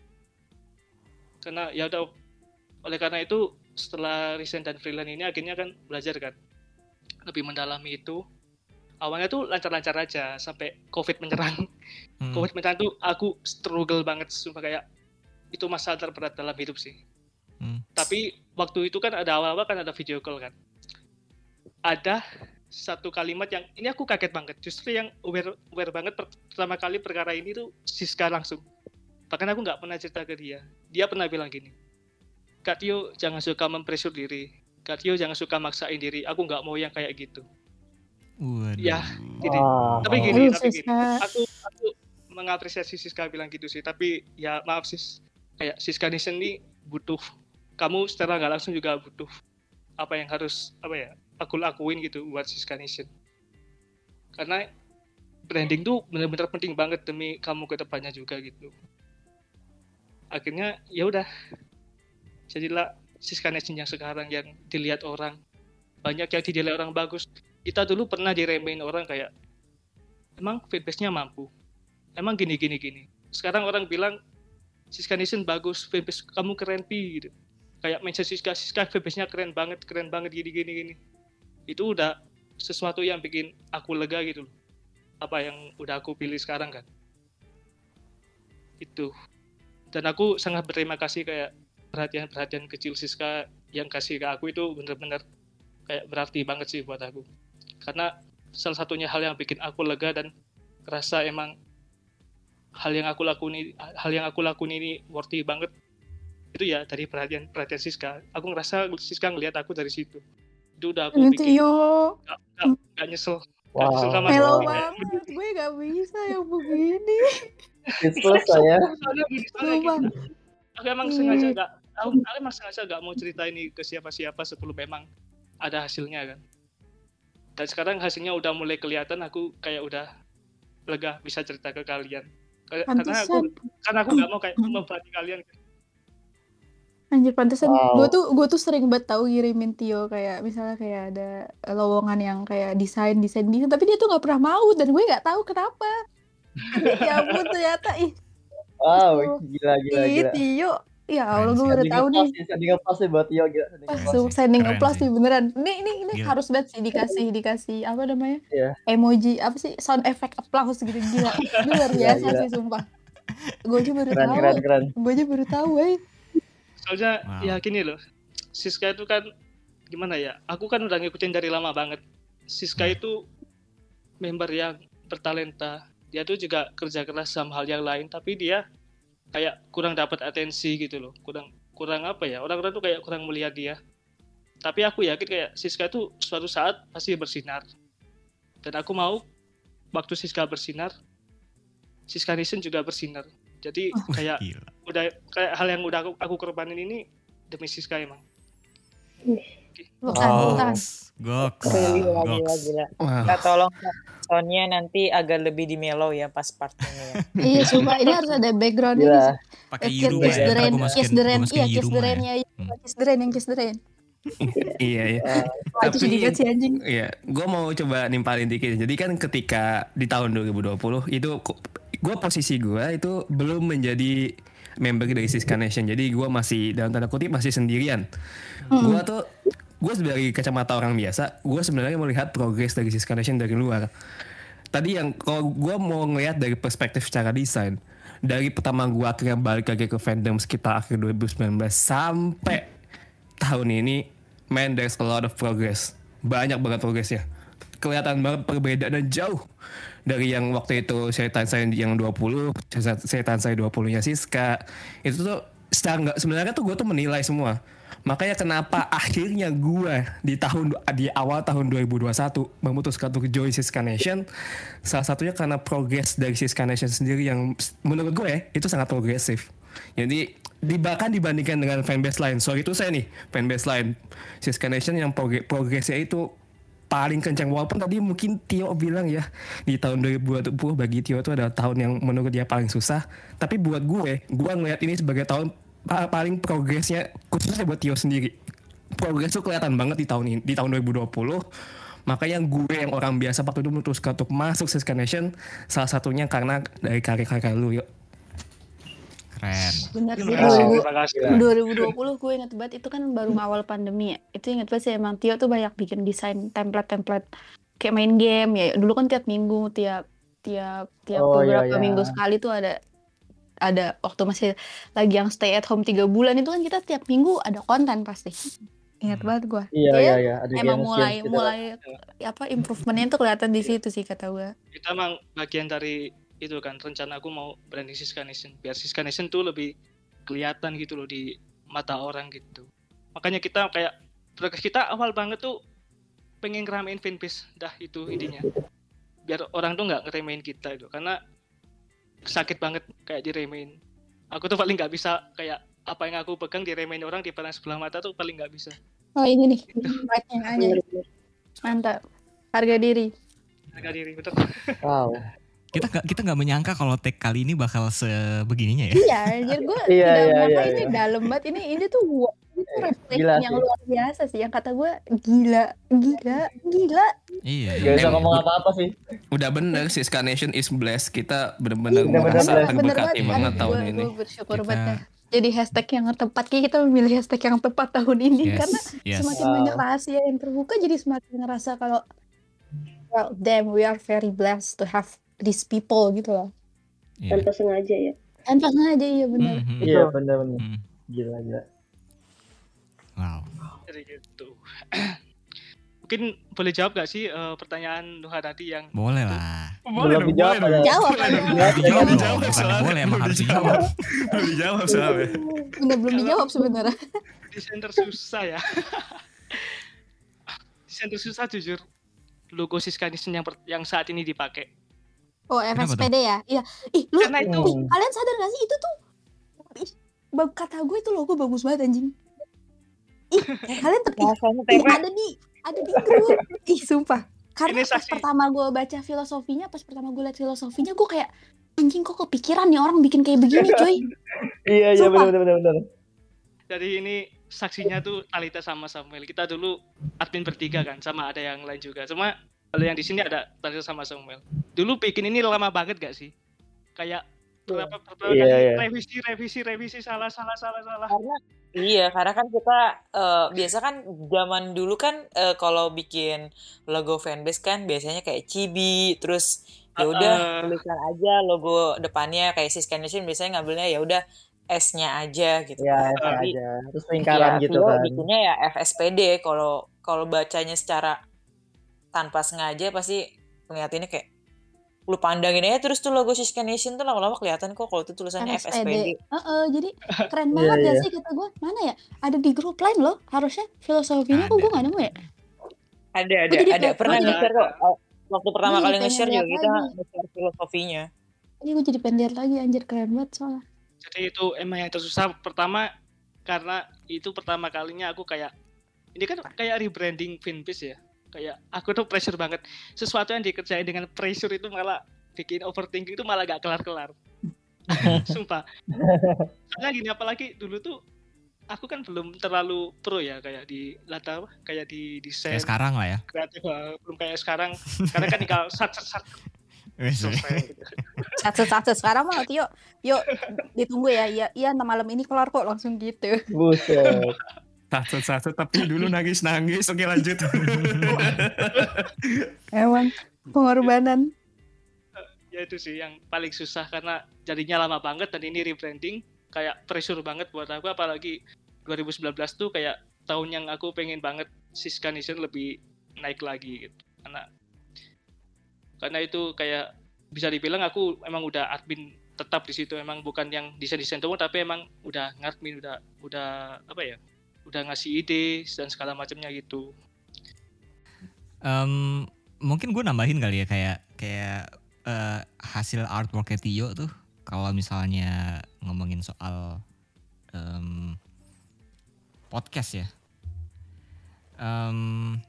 Karena ya udah, oleh karena itu setelah resign dan freelance ini akhirnya kan belajar kan lebih mendalami itu. Awalnya tuh lancar-lancar aja sampai COVID menyerang. Hmm. COVID menyerang tuh aku struggle banget, sumpah kayak itu masalah terberat dalam hidup sih. Hmm. Tapi waktu itu kan ada awal-awal kan ada video call kan. Ada satu kalimat yang ini aku kaget banget. Justru yang aware, aware banget per- pertama kali perkara ini tuh Siska langsung. Bahkan aku nggak pernah cerita ke dia. Dia pernah bilang gini, Kak Tio jangan suka mempressure diri. Kak Tio jangan suka maksain diri. Aku nggak mau yang kayak gitu. Waduh. Ya, gini. Wow. Tapi gini, Aduh, tapi gini. Siska. Aku aku mengapresiasi Siska bilang gitu sih. Tapi ya maaf sis, kayak Siska Nation ini butuh. Kamu secara nggak langsung juga butuh apa yang harus apa ya aku lakuin gitu buat Siska Nation. Karena branding tuh benar-benar penting banget demi kamu ke depannya juga gitu. Akhirnya ya udah, jadilah Siska Nation yang sekarang yang dilihat orang. Banyak yang dinilai orang bagus. Kita dulu pernah diremehin orang kayak, emang fanbase-nya mampu, emang gini gini gini. Sekarang orang bilang Siska Nation bagus, fanbase kamu keren pi gitu. Kayak mention Siska, Siska fanbase-nya keren banget, keren banget gini gini gini. Itu udah sesuatu yang bikin aku lega gitu loh. Apa yang udah aku pilih sekarang kan. Itu. Dan aku sangat berterima kasih kayak perhatian-perhatian kecil Siska yang kasih ke aku itu bener-bener kayak berarti banget sih buat aku. Karena salah satunya hal yang bikin aku lega dan kerasa emang hal yang aku lakuin ini, hal yang aku lakuin ini worthy banget. Itu ya dari perhatian perhatian Siska. Aku ngerasa Siska ngelihat aku dari situ. Itu udah aku Ini bikin Tio. gak, gak, gak nyesel. Gak nyesel sama Wow. Melo sekali. Kayak, banget. Gue gak bisa yang begini. Speechless saya. soalnya gini, soalnya Sumpah. gini. Aku emang sengaja Ih. gak, aku, aku emang sengaja gak mau cerita ini ke siapa-siapa sebelum memang ada hasilnya kan. Dan sekarang hasilnya udah mulai kelihatan, aku kayak udah lega bisa cerita ke kalian. Kayak- Karena aku Pantesan. karena aku gak mau kayak membebani kalian. Anjir pantesan. Wow. Gue tuh gue tuh sering banget tahu ngirimin Tio kayak misalnya kayak ada lowongan yang kayak desain desain desain tapi dia tuh nggak pernah mau dan gue nggak tahu kenapa. Ya ampun ternyata ih Wow, gila gila ih gila. Tio. Ya Keren Allah gue sih. baru Sending tahu nih. applause sih, sending applause sih buat Tio gila. Sending Wah, Keren applause. su- sih. sending Keren applause sih. nih beneran. Ini ini ini Gila. harus banget sih dikasih dikasih apa namanya? Iya. Emoji apa sih sound effect applause gitu gila. Itu luar Gila biasa gila. sih sumpah. Gue aja baru Keren tahu. keren keren. Gue aja baru tahu, eh. Soalnya Wow. ya gini loh, Siska itu kan gimana ya, aku kan udah ngikutin dari lama banget. Siska Hmm. itu member yang bertalenta, Dia tuh juga kerja keras sama hal yang lain, tapi dia kayak kurang dapat atensi gitu loh. Kurang kurang apa ya? Orang-orang tuh kayak kurang melihat dia. Tapi aku yakin kayak Siska tuh suatu saat pasti bersinar. Dan aku mau waktu Siska bersinar, Siska Nation juga bersinar. Jadi Oh. kayak Gila. udah kayak hal yang udah aku, aku korbanin ini demi Siska emang. Bukan, bukan. Goks. Goks. Gila, gila, gila, Goks. gila. Wah, Kak, tolong Kak, Sonia nanti agak lebih di mellow ya pas partnya ya. Iya, sumpah ini harus ada backgroundnya Gila. nih. Pakai Eh, kiss Yuruma kiss ya. the Ntar rain, gue kiss masukin, the gue rain, masukin iya kiss the Yuruma ya. rain-nya, Hmm. kiss the rain, yang kiss the rain. iya ya. Eh, Wah, jadi Tapi ingat sih anjing. iya, gue mau coba nimpalin dikit. Jadi kan ketika di tahun dua ribu dua puluh itu gue posisi gue itu belum menjadi member dari Siska Nation. Jadi gue masih dalam tanda kutip masih sendirian. Gue tuh gue sebagai kacamata orang biasa, gue sebenarnya melihat progres dari Siska Nation dari luar. Tadi yang kalau gue mau ngelihat dari perspektif secara desain, dari pertama gue akhirnya balik lagi ke fandom sekitar akhir dua ribu sembilan belas sampai tahun ini, man, there's a lot of progress. Banyak banget progresnya. Kelihatan banget perbedaan dan jauh dari yang waktu itu saya saya yang dua puluh, saya saya dua puluh-nya Siska. Itu tuh secara nggak, sebenarnya tuh gue tuh menilai semua. Makanya kenapa akhirnya gue di tahun di awal tahun dua ribu dua puluh satu memutuskan untuk join Siska Nation. Salah satunya karena progres dari Siska Nation sendiri yang menurut gue itu sangat progresif. Jadi di, bahkan dibandingkan dengan fanbase lain, sorry itu saya nih fanbase lain, Siska Nation yang progres, progresnya itu paling kencang. Walaupun tadi mungkin Tio bilang ya di tahun dua ribu dua puluh bagi Tio itu adalah tahun yang menurut dia paling susah. Tapi buat gue, gue ngeliat ini sebagai tahun paling progresnya, khususnya buat Tio sendiri. Progres tuh kelihatan banget di tahun ini, di tahun dua ribu dua puluh. Makanya gue yang orang biasa waktu itu memutuskan untuk masuk Siska Nation, salah satunya karena dari karya-karya lu, yuk. Keren. Benar sih, Terima kasih, dua ribu terima kasih. dua ribu dua puluh gue inget banget itu kan baru awal pandemi ya. Itu inget banget sih emang Tio tuh banyak bikin desain template-template kayak main game ya. Dulu kan tiap minggu, tiap tiap tiap Oh, iya, beberapa iya. minggu sekali tuh ada ada waktu masih lagi yang stay at home tiga bulan itu kan kita tiap minggu ada konten pasti. Ingat banget gue. Iya, Kayak iya, iya. Ada emang games, mulai games gitu. mulai apa improvementnya tuh kelihatan di situ sih kata gue. Kita emang bagian dari itu kan rencana aku mau branding Siska Nation biar Siska Nation tuh lebih kelihatan gitu loh di mata orang gitu. Makanya kita kayak progres kita awal banget tuh pengen ngeramein fanbase, dah itu intinya. Biar orang tuh nggak ngeremehin kita itu karena sakit banget kayak diremehin. Aku tuh paling nggak bisa kayak apa yang aku pegang diremehin orang di pandang sebelah mata tuh paling nggak bisa. Oh ini nih, right-nya aja. Mantap. Harga diri. Harga diri betul. Wow. Kita nggak kita nggak menyangka kalau tag kali ini bakal sebegininya ya. Iya, jadi gue Iya, tidak iya, menyangka iya, ini iya. dalam banget. Ini ini tuh gua itu Gila reflection yang sih. luar biasa sih. Yang kata gue gila, gila, gila. Iya. Gak bisa Em, ngomong apa-apa sih. Udah bener Siska Nation is blessed. Kita bener-bener Bener-bener merasa blessed. Bener banget terberkati kan. banget tahun Gue ini. gue bersyukur Kita- banget. ya. Jadi hashtag yang tepat Ki, kita memilih hashtag yang tepat tahun ini Yes, karena yes. semakin Wow. banyak rahasia yang terbuka jadi semakin ngerasa kalau well damn we are very blessed to have these people gitu loh. Iya. Tanpa sengaja ya. Tanpa sengaja iya benar. Hmm, hmm, Iya, bener-bener. hmm. Gila, gila. Wow. Jadi gitu. Mungkin boleh jawab gak sih eh, pertanyaan Nuha tadi yang Boleh lah. Belum dijawab ada. Jawab Boleh aja. dong. Boleh dijawab Belum dong. Bukannya boleh, emang harus dijawab. Belum dijawab soalnya. Bener belum dijawab sebenarnya. desain tersusah ya. Desain tersusah jujur logo Siska Nation yang per- yang saat ini dipakai. Oh F S P D ya? Iya. Ih lu, Karena itu ih, kalian sadar gak sih itu tuh? Ih, bab- kata gue itu logo bagus banget anjing. Ih, kalian ter- ih, Bahasanya ih, tempe. ada di ada di grup. Ih, sumpah. Karena Ini pas saksi. pertama gue baca filosofinya, pas pertama gue liat filosofinya, gue kayak anjing kok kepikiran nih orang bikin kayak begini, coy. Iya, iya, Sumpah. bener, bener, bener. Jadi ini saksinya tuh Talita sama Samuel. Kita dulu admin bertiga kan, sama ada yang lain juga. Cuma kalau yang di sini ada Talita sama Samuel. Dulu bikin ini lama banget gak sih? Kayak berapa berapa Iya, kali iya. revisi revisi revisi salah salah salah salah. Karena iya, karena kan kita eh, biasa kan zaman dulu kan eh, kalau bikin logo fanbase kan biasanya kayak chibi, terus ya udah Uh-uh. tulisan aja logo depannya kayak Siska Nation biasanya ngambilnya ya udah S-nya aja gitu Iya, kan. S Tapi aja. Terus lingkaran ya, gitu Tio kan. bikinnya ya F S P D. Kalau kalau bacanya secara tanpa sengaja pasti ngeliatinnya kayak lu pandangin aja terus tuh logo Siska Nation tuh lama-lama kelihatan kok kalau itu tulisannya M S P D. F S P D. Heeh, jadi keren Iya, banget ya iya. sih kata gue. Mana ya? Ada di grup lain loh. Harusnya filosofinya kok Ada. gue gak nemu ya. Ada ada Gua jadi ada kayak- pernah ada, nge-share kok. ada. Waktu pertama Gua kali jadi pengen nge-share juga lihat kita lagi. nge-share filosofinya. Ini gue jadi pengen lihat lagi anjir keren banget soalnya. Jadi itu emang yang tersusah pertama karena itu pertama kalinya aku kayak ini kan kayak rebranding fanbase ya. Kayak aku tuh pressure banget. Sesuatu yang dikerjain dengan pressure itu malah bikin overthinking itu malah gak kelar-kelar. Sumpah. Karena gini apalagi dulu tuh aku kan belum terlalu pro ya kayak di latar apa? Kayak di desain Kayak sekarang lah ya. kreatif uh, belum kayak sekarang. Karena kan tinggal sat sat sat Wes, selesai. gitu. Satu-satu sekarang mah Tio, yuk ditunggu ya. Iya, iya malam ini kelar kok langsung gitu. Buset. Satu-satu tapi dulu nangis-nangis. Oke lanjut. Emang pengorbanan. Ya itu sih yang paling susah karena jadinya lama banget dan ini rebranding kayak pressure banget buat aku apalagi dua ribu sembilan belas tuh kayak tahun yang aku pengen banget Siska Nation lebih naik lagi gitu. Karena karena itu kayak bisa dibilang aku emang udah admin tetap di situ emang bukan yang desain-desain doang tapi emang udah ngadmin udah udah apa ya udah ngasih ide dan segala macamnya gitu. Em, mungkin gue nambahin kali ya kayak kayak eh, hasil artworknya Tio tuh kalau misalnya ngomongin soal em, podcast ya. Em,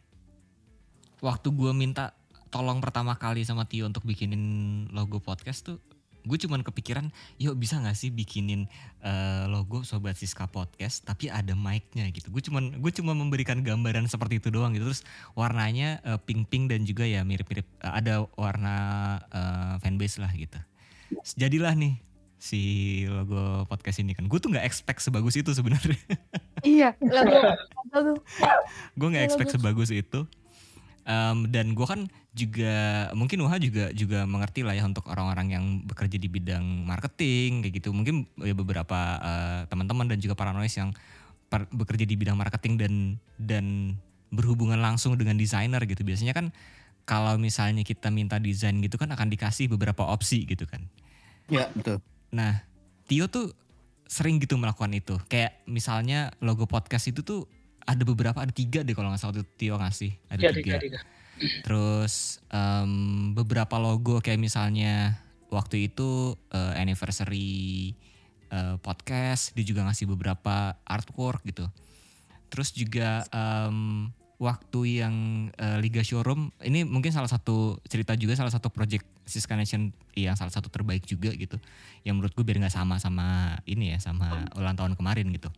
waktu gue minta tolong pertama kali sama Tio untuk bikinin logo podcast tuh gue cuman kepikiran yuk bisa gak sih bikinin uh, logo Sobat Siska Podcast tapi ada mic-nya gitu. Gue cuman gue cuma memberikan gambaran seperti itu doang gitu. Terus warnanya uh, pink-pink dan juga ya mirip-mirip uh, ada warna uh, fanbase lah gitu. Jadilah nih si logo podcast ini kan. Gue tuh gak expect sebagus itu sebenarnya. Iya, lagu lagu. Gue gak expect Bagus. sebagus itu. Um, dan gue kan juga mungkin Uha juga juga mengerti lah ya untuk orang-orang yang bekerja di bidang marketing kayak gitu. Mungkin ya beberapa uh, teman-teman dan juga para noise yang per, bekerja di bidang marketing dan dan berhubungan langsung dengan desainer gitu. Biasanya kan kalau misalnya kita minta desain gitu kan akan dikasih beberapa opsi gitu kan. Ya betul. Nah, Tio tuh sering gitu melakukan itu. Kayak misalnya logo podcast itu tuh ada beberapa, ada tiga deh kalau nggak salah tuh Tio ngasih. Ada Ya, tiga. tiga, tiga. Terus um, beberapa logo kayak misalnya waktu itu uh, anniversary uh, podcast, dia juga ngasih beberapa artwork gitu. Terus juga um, waktu yang uh, Liga Showroom, ini mungkin salah satu cerita juga, salah satu project Siska Nation yang salah satu terbaik juga gitu. Yang menurut gue biar nggak sama sama ini ya, sama ulang tahun kemarin gitu.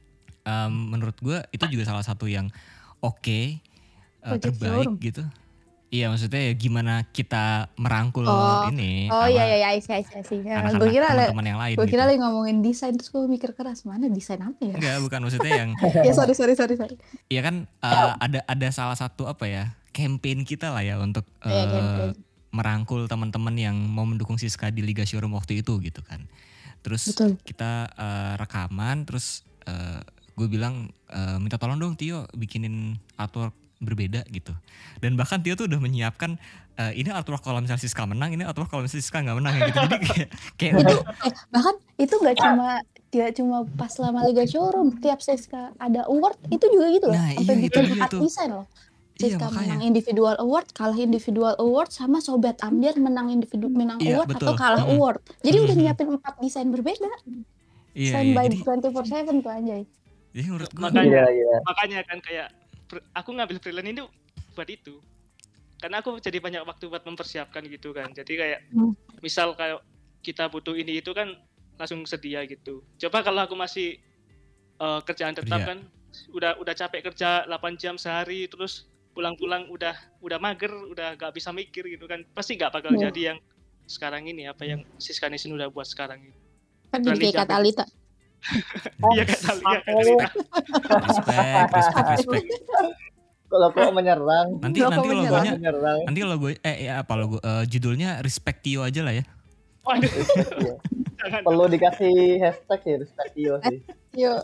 Um, menurut gue itu juga salah satu yang oke, okay, uh, terbaik showroom. Gitu. Iya maksudnya ya gimana kita merangkul oh, ini. Oh iya iya iya sih sih. Gue kira teman-teman yang lain. Gue kira gitu. lagi ngomongin desain terus gue mikir keras mana desain apa ya? Enggak bukan maksudnya yang. Ya sorry sorry sorry sorry. Iya kan uh, ada ada salah satu apa ya campaign kita lah ya untuk uh, yeah, merangkul teman-teman yang mau mendukung Siska di Liga Showroom waktu itu gitu kan. Terus Betul. kita uh, rekaman terus. Uh, gue bilang e, minta tolong dong Tio bikinin artwork berbeda gitu. Dan bahkan Tio tuh udah menyiapkan e, ini artwork kalau misalnya Siska menang, ini artwork kalau misalnya Siska nggak menang gitu. Jadi kayak, kayak itu eh, bahkan itu nggak cuma tidak cuma pas lama Liga Showroom, tiap Siska ada award itu juga gitu loh. Nah, sampai iya, bikin itu empat tuh. desain loh. Siska iya, menang individual award, kalah individual award, sama Sobat Ambiar menang individu menang iya, award betul. atau kalah mm-hmm. award. Jadi mm-hmm. udah nyiapin empat desain berbeda. Iya, Stand iya, by jadi dua puluh four seven tuh anjay. Jadi menurut gue makanya, iya, iya. makanya kan kayak aku ngambil freelance itu buat itu karena aku jadi banyak waktu buat mempersiapkan gitu kan. Jadi kayak hmm. misal kayak kita butuh ini itu kan langsung sedia gitu. Coba kalau aku masih uh, kerjaan tetap kerja. Kan udah udah capek kerja delapan jam sehari terus pulang-pulang udah udah mager udah gak bisa mikir gitu kan pasti gak bakal hmm. jadi yang sekarang ini apa yang Siska Nation udah buat sekarang ini. Kan jadi kayak kata Alita. Iya kata Alita. Respect, respect, respect. Kalau kok menyerang. Nanti nanti logonya nanti logo eh ya apa logo uh, judulnya Respect Tio aja lah ya. Waduh. Perlu dikasih hashtag ya Respect Tio sih. Tio.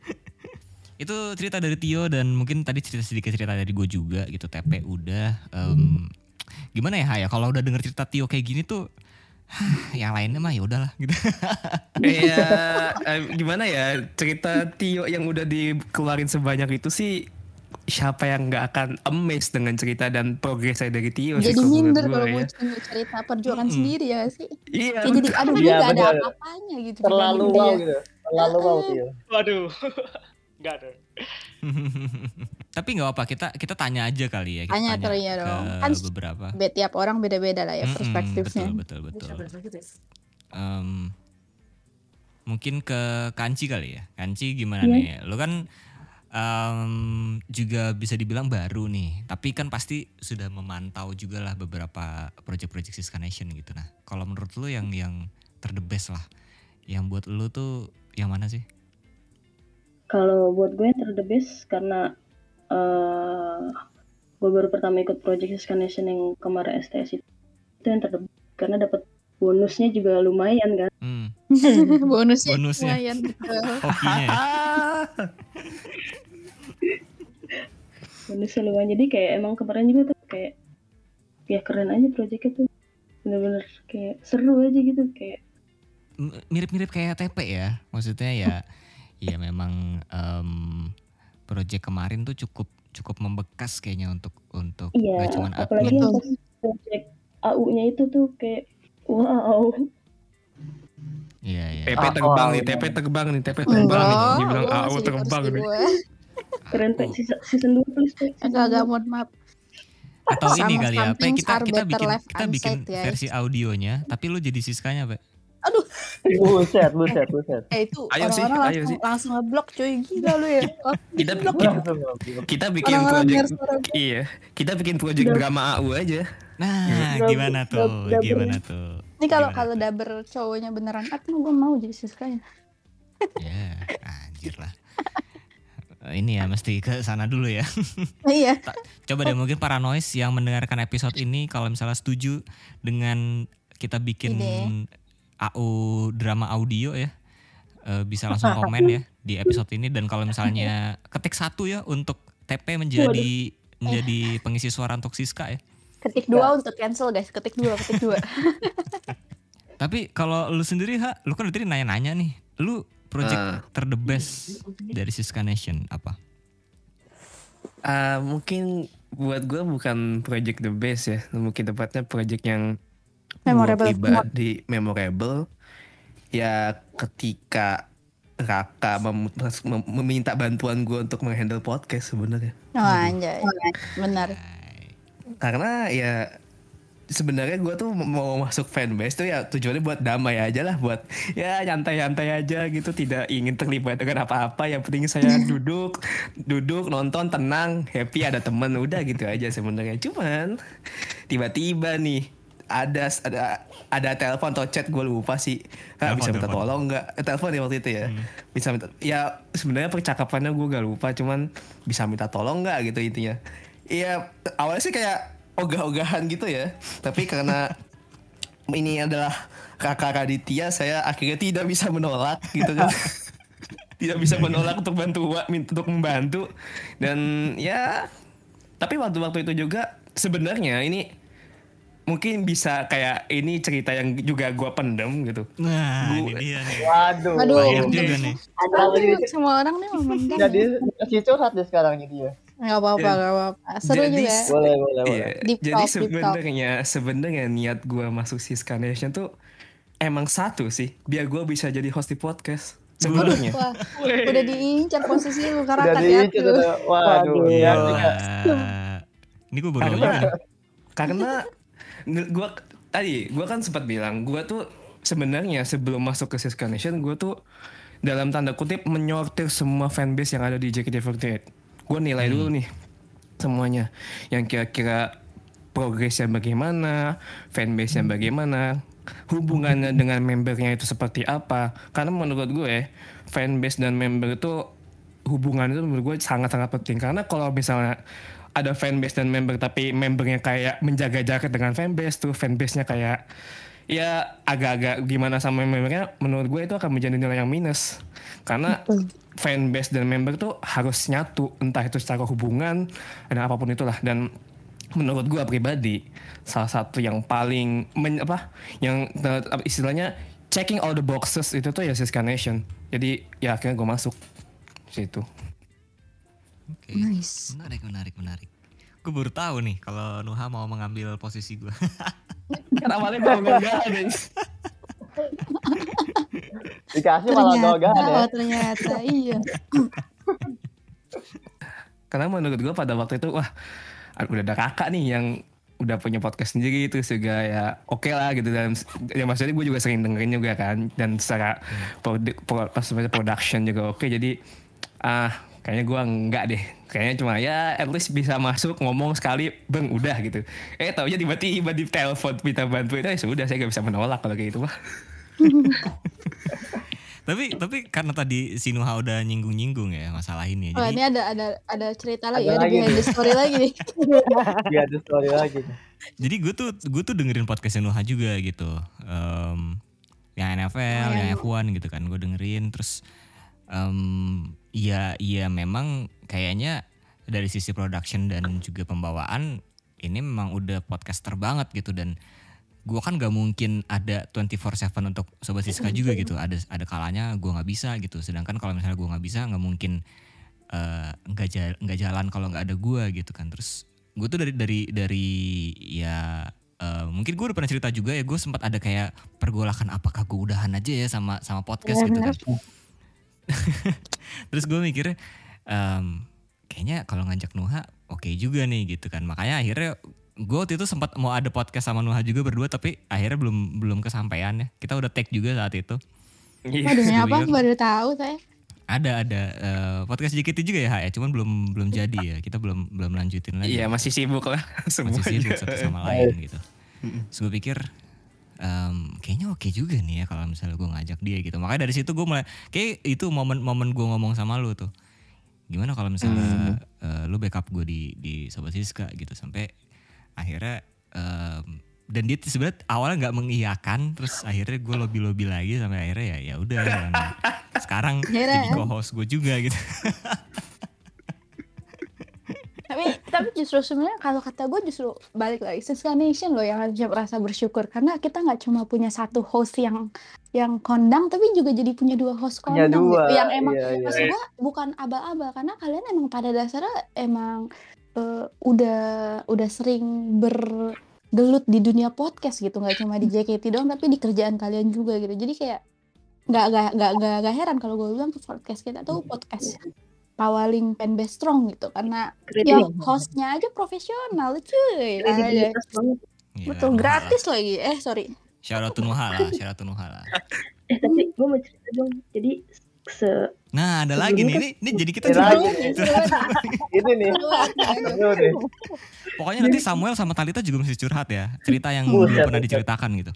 Itu cerita dari Tio dan mungkin tadi cerita sedikit cerita dari gue juga gitu. T P udah um, gimana ya Haya, kalau udah denger cerita Tio kayak gini tuh yang lainnya mah ya udahlah gitu. Iya, eh, gimana ya cerita Tio yang udah dikeluarin sebanyak itu sih, siapa yang nggak akan amazed dengan cerita dan progres saya dari Tio sih Jadi kalau menurut minder gue kalau ya. mau cerita perjuangan Mm-mm. sendiri ya sih. Iya, Kayak jadi betul. aduh dia Iya gak ada benar. apa-apanya gitu Terlalu dibanding wow dia. gitu. Terlalu wow Heeh. Tio. Waduh. Enggak dong. Tapi nggak apa, kita kita tanya aja kali ya, kita Tanya tanya terus ya ke dong. Kan beberapa. be- tiap orang beda-beda lah ya Mm-mm, perspektifnya. betul betul betul. Em, mungkin ke Kanci kali ya. Kanci gimana Iya. nih? Lo kan em, juga bisa dibilang baru nih, tapi kan pasti sudah memantau juga lah beberapa project-project Siska Nation gitu. Nah, kalau menurut lo yang yang ter the best lah, yang buat lo tuh yang mana sih? Kalau buat gue yang ter the best karena eh gue baru pertama ikut project Siska Nation yang kemarin S T S itu, itu yang ter the best karena dapat bonusnya juga lumayan kan. Hmm, Bonusnya bonusnya, lumayan betul. hokinya ya. Bonusnya lumayan, jadi kayak emang kemarin juga tuh kayak ya keren aja projectnya tuh, bener-bener kayak seru aja gitu, kayak M- mirip-mirip kayak T P ya, maksudnya ya, ya memang em, project kemarin tuh cukup cukup membekas kayaknya untuk untuk iya, gak cuman apalagi yang admin. pas project A U-nya itu tuh kayak wow. Iya iya. T P Ah, terbang oh, nih, iya. T P terbang nih, T P terbang nih. Enggak, Dibilang gue A O masih di terbang kursi nih. gue. Keren Pak, season, season dua please Pak. Season Agak-agak dua. mohon maaf. Atau ini Some kali ya, Pe, somethings kita are kita better bikin left kita bikin unsaid, guys. versi audionya, tapi lu jadi Siskanya, Pe. Aduh, Buset, buset, buset. eh itu Ayo sih, orang-orang ayo langsung sih. langsung ngeblok cuy, gila lu ya. Kita Blok kita, Langsung ngobrol. kita bikin orang-orang biar project, suara gue. iya, kita bikin project Udah. drama A U aja. Nah, Dab- gimana tuh? dab- dab- Gimana tuh? Ini kalau Gimana kalau tuh? daber cowoknya beneran at, gue mau jadi Siskanya. Ya, anjir lah. Eh, Ini ya mesti ke sana dulu ya. Iya. Ta- Coba deh mungkin para noise yang mendengarkan episode ini kalau misalnya setuju dengan kita bikin Ide. A U drama audio ya, eh, bisa langsung komen ya di episode ini. Dan kalau misalnya ketik satu ya untuk T P menjadi menjadi pengisi suara untuk Siska ya. Ketik dua untuk cancel guys, ketik dua, ketik dua. Tapi kalau lu sendiri Ha, lu kan tadi nanya-nanya nih, lu project Ah. ter the best dari Siska Nation apa? Ah, mungkin buat gue bukan project the best ya, mungkin tepatnya project yang Memorable. buat pribadi memorable. Ya ketika Raka mem- mem- meminta bantuan gue untuk menghandle podcast sebenarnya. Oh anjay, benar. Karena ya sebenarnya gue tuh mau masuk fanbase tuh ya tujuannya buat damai aja lah, buat ya nyantai-nyantai aja gitu, tidak ingin terlibat dengan apa-apa. Yang penting saya duduk duduk nonton tenang happy ada temen, udah gitu aja sebenarnya. Cuman tiba-tiba nih ada ada ada telepon atau chat, gue lupa sih. Kak, Telepon, bisa minta telepon. tolong nggak? Eh, telepon ya waktu itu ya. Hmm. Bisa minta, ya sebenarnya percakapannya gue gak lupa, cuman bisa minta tolong nggak gitu intinya. Iya awalnya sih kayak ogah-ogahan gitu ya, tapi karena ini adalah kakak Raditya, saya akhirnya tidak bisa menolak gitu kan. Tidak bisa menolak untuk bantu untuk membantu. Dan ya tapi waktu-waktu itu juga sebenarnya ini mungkin bisa kayak ini cerita yang juga gue pendem gitu. Nah, Gua- ini dia nih. Waduh. Aduh. Lahir juga nih. Kalau Aduh, jadi semua orang nih memendam. jadi ya. si curhat deh sekarang jadi ya. Nggak apa-apa, Ya. nggak apa-apa. Seru Jadi, juga. Boleh, boleh, boleh. Iya, Deep jadi talk, deep talk. sebenarnya sebenarnya niat gue masuk Siska Nation tuh emang satu sih, biar gue bisa jadi host di podcast. Sebenarnya. Wah, udah diincar posisi lu karena Udah hati-hati diincar lu. tuh. Waduh. Iya. Ya, Ini gue baru Karena juga nih. karena gue tadi gue kan sempat bilang gue tuh sebenarnya sebelum masuk ke Siska Nation gue tuh dalam tanda kutip menyortir semua fanbase yang ada di J K T empat delapan. Gue nilai dulu nih semuanya, yang kira-kira progresnya bagaimana, fanbase-nya bagaimana, hubungannya dengan membernya itu seperti apa. Karena menurut gue fanbase dan member itu hubungan itu menurut gue sangat-sangat penting. Karena kalau misalnya ada fanbase dan member tapi membernya kayak menjaga jarak dengan fanbase tuh, fanbase-nya kayak ya agak-agak gimana sama membernya, menurut gue itu akan menjadi nilai yang minus. Karena fanbase dan member tuh harus nyatu, entah itu secara hubungan dan apapun itulah. Dan menurut gue pribadi salah satu yang paling men, apa yang uh, istilahnya checking all the boxes itu tuh ya Siska Nation. Jadi ya akhirnya gue masuk situ. Oke. Nice. Menarik, menarik, menarik. Gue baru tahu nih kalau Nuha mau mengambil posisi gue. Kan awalnya gue enggak ada. Dikasih malah Ternyata, gak ya. oh ternyata iya. Karena menurut gue pada waktu itu wah udah ada kakak nih yang udah punya podcast sendiri itu juga ya oke okay lah gitu dan ya maksudnya gue juga sering dengerin juga kan dan secara produ, pro, production juga oke okay, jadi ah kayaknya gue enggak deh kayaknya cuma ya at least bisa masuk ngomong sekali bang udah gitu eh taunya tiba-tiba di telepon minta bantuin eh sudah saya gak bisa menolak kalau kayak gitu mah. tapi tapi karena tadi si Nuha udah nyinggung-nyinggung ya masalah ini. Oh, Jadi ini ada ada ada cerita lagi, Ada ada lagi behind nih. the story lagi nih. Iya ada story lagi. jadi gue tuh gue tuh dengerin podcastnya Nuha juga gitu. Em, yang N F L, Oh, yang yang- F satu gitu kan gue dengerin terus em, ya iya memang kayaknya dari sisi production dan juga pembawaan ini memang udah podcaster banget gitu dan gue kan gak mungkin ada dua puluh empat tujuh untuk Sobat Siska juga gitu. Ada ada kalanya gue nggak bisa gitu. Sedangkan kalau misalnya gue nggak bisa nggak mungkin eh, nggak uh, nggak jalan kalau nggak ada gue gitu kan. Terus gue tuh dari dari dari ya uh, mungkin gue udah pernah cerita juga ya gue sempat ada kayak pergolakan apakah gue udahan aja ya sama sama podcast gitu kan. Terus gue mikirnya um, kayaknya kalau ngajak Nuha oke okay juga nih gitu kan. Makanya akhirnya gue waktu itu sempat mau ada podcast sama Nuha juga berdua tapi akhirnya belum belum kesampaian ya. Kita udah tag juga saat itu. Wah, demi apa? Baru tahu saya. Ada ada uh, podcast J K T juga ya, Ha, ya, cuman belum belum jadi ya. Kita belum belum lanjutin lagi. Iya masih sibuk lah semuanya. Masih sibuk satu sama lain gitu. Terus gue pikir um, kayaknya oke juga nih ya kalau misalnya gue ngajak dia gitu. Makanya dari situ gue mulai kayak itu momen-momen gue ngomong sama lu tuh. Gimana kalau misalnya hmm. uh, lu backup gue di di Sobat Siska gitu sampai akhirnya um, dan dia sebenarnya awalnya nggak mengiyakan terus akhirnya gue lobby lobby lagi sampai akhirnya ya ya udah sekarang Akhirnya, jadi co-host gue juga gitu. tapi tapi justru sebenarnya kalau kata gue justru balik lagi Siska Nation loh yang harusnya merasa bersyukur karena kita nggak cuma punya satu host yang yang kondang tapi juga jadi punya dua host Punya kondang dua, gitu yang emang iya, iya. maksud gue bukan aba-aba karena kalian emang pada dasarnya emang uh, udah udah sering bergelut di dunia podcast gitu nggak cuma di J K T doang tapi di kerjaan kalian juga gitu jadi kayak nggak nggak nggak nggak nggak heran kalau gue bilang ke podcast kita tuh podcast Pawaling Fanbase Strong gitu karena ya hostnya aja profesional cuy aja. Kredibilitas banget. Gila, Betul Nuha gratis lah. lagi eh sorry Shout out to Nuha lah, shout out to Nuha lah. Eh tapi gue mau cerita dong. Jadi se Nah ada lagi nih, ini, ini jadi kita Ini juga lagi nih. Ini nih. Seru nih. pokoknya nanti Samuel sama Talita juga mesti curhat ya. Cerita yang Buset, belum pernah buset. diceritakan gitu.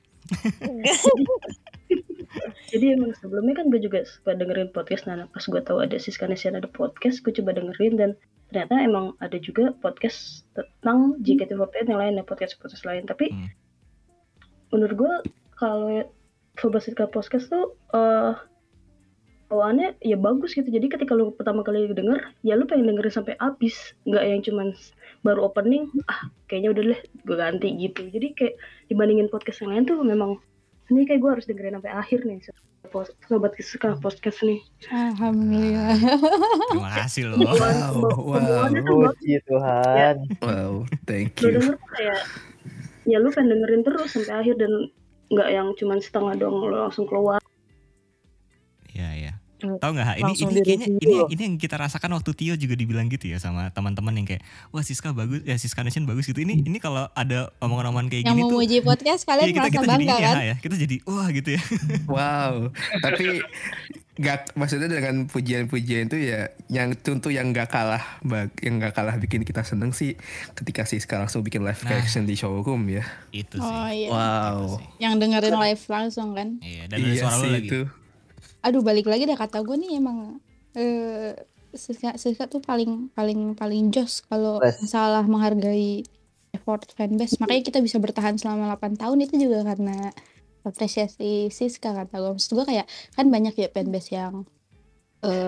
Jadi emang sebelumnya kan gue juga suka dengerin podcast. Nah pas gue tahu ada Siska Nation ada podcast, gue coba dengerin dan ternyata emang ada juga podcast tentang J K T empat puluh delapan yang lain, ya podcast-podcast lain. Tapi Hmm. menurut gue kalau Sobat Siska podcast tuh uh, bawaannya ya bagus gitu. Jadi ketika lu pertama kali denger, ya lu pengen dengerin sampai habis, nggak yang cuman baru opening, ah kayaknya udah deh gue ganti gitu. Jadi kayak dibandingin podcast yang lain tuh memang ini kayak gue harus dengerin sampai akhir nih. Sobat Siska podcast nih. alhamdulillah Terima kasih loh. Wow, wow, Puji Tuhan. wow, thank Lu you. denger tuh kayak ya lu pengen dengerin terus sampai akhir dan nggak yang cuman setengah doang lu langsung keluar. Iya iya. Tahu nggak? Ha? Ini Langsung ini kayaknya ini di-review. ini yang kita rasakan waktu Tio juga dibilang gitu ya sama teman-teman yang kayak wah Siska bagus ya Siska Nation bagus gitu. Ini ini kalau ada omongan-omongan kayak yang gini tuh memuji podcast kalian iya, kita merasa kita jadi bangga ini ya, kan Ha, ya. Kita jadi wah gitu ya. Wow, tapi gak maksudnya dengan pujian-pujian itu ya yang tentu yang gak kalah bag, yang gak kalah bikin kita seneng sih ketika Siska langsung bikin live Nah. reaction di showroom ya. Itu sih. oh iya Wow. yang dengerin live langsung kan Iya, dan ada Iya suara lu sih lagi. itu. aduh balik lagi dah kata gue nih emang eh Siska, Siska tuh paling paling paling jos kalau Wes. masalah menghargai effort fanbase makanya kita bisa bertahan selama delapan tahun itu juga karena apresiasi Siska kata gue maksud gue kayak kan banyak ya fanbase yang eh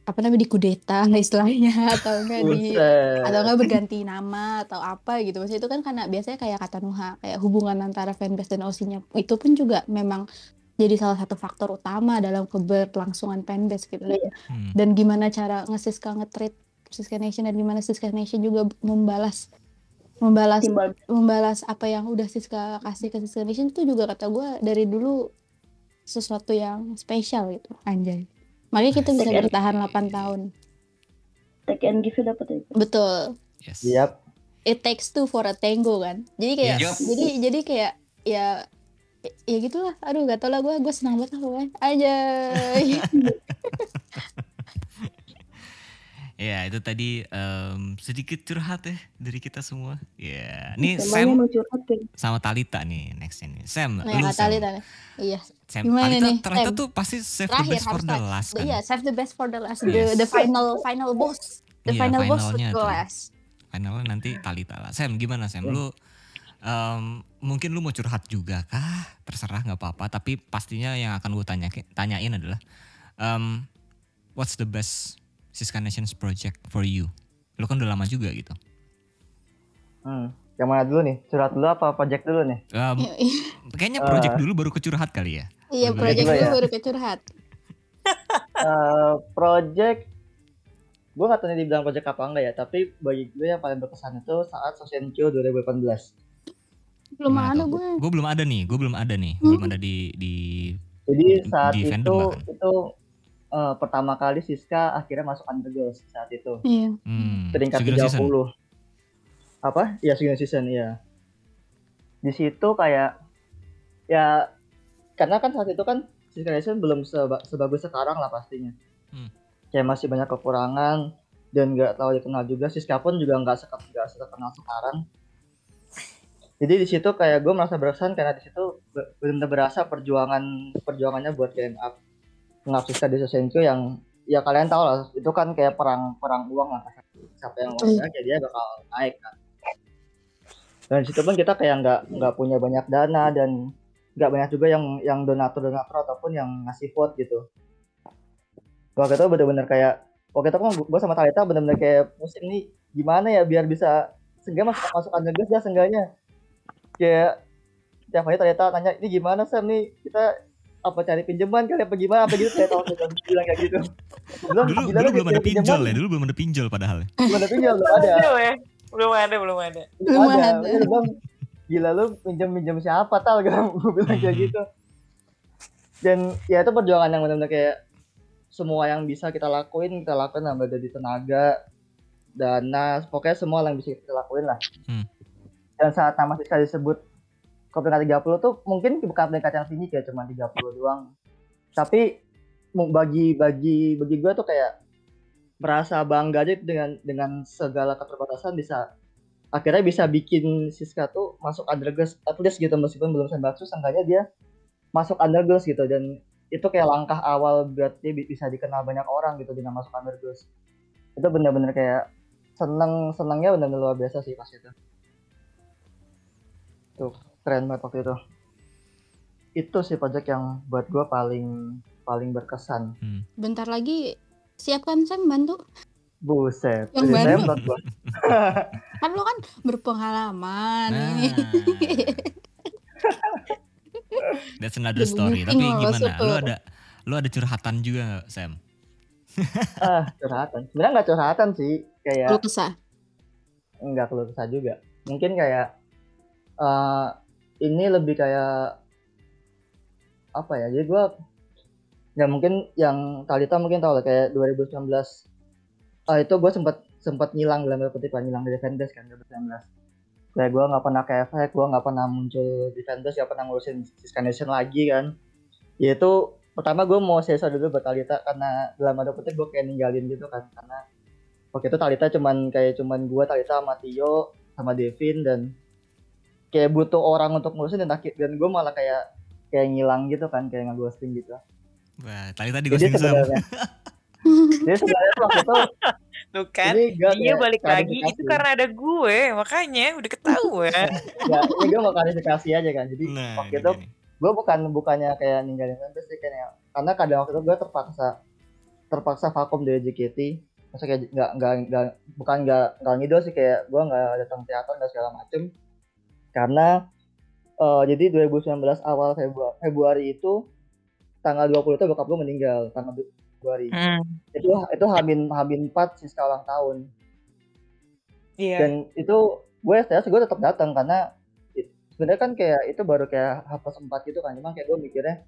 apa namanya dikudeta istilahnya atau enggak di Buset. atau enggak berganti nama atau apa gitu. Maksudnya itu kan karena biasanya kayak kata Nuha, kayak hubungan antara fanbase dan O C-nya itu pun juga memang jadi salah satu faktor utama dalam keberlangsungan fanbase gitu. Dan, Hmm. dan gimana cara nge-Siska nge-treat Siska Nation dan gimana Siska Nation juga membalas membalas Timbal membalas apa yang udah Siska kasih ke Siska Nation itu juga kata gue dari dulu sesuatu yang spesial gitu, anjay. Makanya kita bisa Take and- bertahan delapan tahun. take and give dapat ya. Betul. Yes. Yap. It takes two for a tango kan. Jadi kayak Yes. jadi jadi kayak ya ya gitulah. Aduh gak tau lah gue gue senang banget lah pokoknya. Anjay. Ya itu tadi em, sedikit curhat ya dari kita semua. Ya, ini Temanya Sam mau curhat kan. sama Talita nih next ini. Sam, Nah, lu yang Sam. Talita nih. Iya. Sam, Gimana Talita, nih, Talita Sam? tuh pasti save the Terakhir best for harus the terakhir. last kan. Iya, save the best for the last. Yes. The the final final boss. The Iya, final boss for finalnya the tuh. last. Finalnya nanti Talita lah. Sam gimana Sam? Ya. Lu em, mungkin lu mau curhat juga kah? Terserah nggak apa-apa. Tapi pastinya yang akan gue tanya tanyain adalah em, what's the best Siska Nations project for you? Lu kan udah lama juga gitu. Hmm. Yang mana dulu nih? Curhat dulu apa project dulu nih? Em, Iya, kayaknya project Eh. dulu baru ke curhat kali ya. Iya, Dulu project dulu dulu ya. baru ke curhat. Eh, project gue gak tahu nih dibilang project apa enggak ya, tapi bagi gue yang paling berkesan itu saat Sosenkyo dua ribu delapan belas. Belum Gimana ada tuh? gue. Gue belum ada nih, gue belum ada nih, Hmm. belum ada di di Jadi saat di itu fandom bahkan. itu eh, pertama kali Siska akhirnya masuk Undergirls saat itu. Iya. Hmm, Peringkat Sugiura tiga season. puluh. Apa? Ya Sugiura season ya. Di situ kayak ya karena kan saat itu kan Siska Nation belum seba- sebagus sekarang lah pastinya. Hmm. Kayak masih banyak kekurangan dan nggak terlalu dikenal juga. Siska pun juga nggak sek- nggak terkenal sekarang. Jadi di situ kayak gue merasa berkesan karena di situ be- benar-benar berasa perjuangan perjuangannya buat game up ngap Siska di Sosenkyo yang ya kalian tahu lah itu kan kayak perang perang uang lah, siapa yang Hmm. uangnya kayak dia bakal naik kan. Dan di situ pun kita kayak nggak nggak punya banyak dana dan nggak banyak juga yang yang donatur donatur ataupun yang ngasih vote gitu. Waktu itu bener-bener kayak waktu itu kan gue sama Talita bener-bener kayak musim ini gimana ya biar bisa seenggaknya masuk masuk Undergirls ya seenggaknya. Kayak tiap hari Talita tanya ini gimana Sam nih kita apa cari pinjaman kali apa gimana apa gitu kayak tahu kita bilang kayak gitu. Belum Dulu gila dulu lu belum ada cari pinjol pinjaman. ya, dulu belum ada pinjol padahal. ya. Belum ada pinjol belum ada. Belum ya? Belum ada, belum ada. Belum Belum ada. ada. Iya, Bang. Gila lu pinjam-pinjam siapa tal gue bilang kayak Mhm. gitu. Dan ya itu perjuangan yang benar-benar kayak semua yang bisa kita lakuin kita lakuin lah dari tenaga, dana, pokoknya semua yang bisa kita lakuin lah. Hmm. Dan saat nama Siska disebut ke peringkat tiga puluh tuh mungkin bukan peringkat yang tinggi kayak cuma tiga puluh doang. Tapi mu- bagi bagi bagi gue tuh kayak merasa bangga aja dengan dengan segala keterbatasan bisa akhirnya bisa bikin Siska tuh masuk Undergirls at least gitu meskipun belum Senbatsu seenggaknya dia masuk Undergirls gitu dan itu kayak langkah awal buat dia bi- bisa dikenal banyak orang gitu dengan masuk Undergirls. Itu benar-benar kayak seneng senengnya benar-benar luar biasa sih pas itu. Tuh keren banget waktu itu. Itu sih project yang buat gue paling paling berkesan. Hmm. Bentar lagi siapkan Sam bantu. Buset, Yang jadi baru? saya menurut gue. Kan lo kan berpengalaman Nah, ini. that's another Jadi story. meeting Tapi loh, gimana? masuk Lu tuh. ada lu ada curhatan juga nggak, Sam? Ah, curhatan. Sebenarnya nggak curhatan sih, kayak Lu kesah. nggak keluh kesah juga. Mungkin kayak eh ini lebih kayak apa ya? Jadi gue ya mungkin yang Talita mungkin tahu lah kayak dua ribu sembilan belas. Ah itu gue sempat sempat ngilang dalam tanda kutip kan, ngilang dari fanbase kan dua ribu sembilan belas. Kayak gue nggak pernah ke efek, gue nggak pernah muncul di fanbase, nggak pernah ngurusin Siska Nation lagi kan. Ya itu pertama gue mau sesa dulu buat Talita karena dalam tanda kutip gue kayak ninggalin gitu kan karena waktu itu Talita cuman kayak cuman gue Talita sama Tio sama Devin dan kayak butuh orang untuk ngurusin dan akhir dan gue malah kayak kayak ngilang gitu kan kayak nge-ghosting gitu. Wah, tadi tadi Jadi ghosting Sam. sebenarnya jadi sebenarnya tuh waktu itu Tuh kan, ini gue dia kayak balik lagi klarifikasi. itu karena ada gue, makanya udah ketahuan. Ya, ini gue mau klarifikasi aja kan. Jadi Nah, waktu ini itu dia nih. gue bukan bukannya kayak ninggalin fanbase sih kayak karena kadang waktu itu gue terpaksa terpaksa vakum dari J K T. Maksudnya kayak nggak nggak nggak bukan nggak nggak ngidol sih, kayak gue nggak datang teater nggak segala macem karena uh, jadi dua ribu sembilan belas awal Februari, Februari itu tanggal dua puluh itu bokap gue meninggal tanggal Februari. Hmm. Itu itu hamin hamin empat Siska ulang tahun. Iya. Yeah. Dan itu gue saya gue tetap datang karena sebenarnya kan kayak itu baru kayak H plus empat gitu kan, cuma kayak gue mikirnya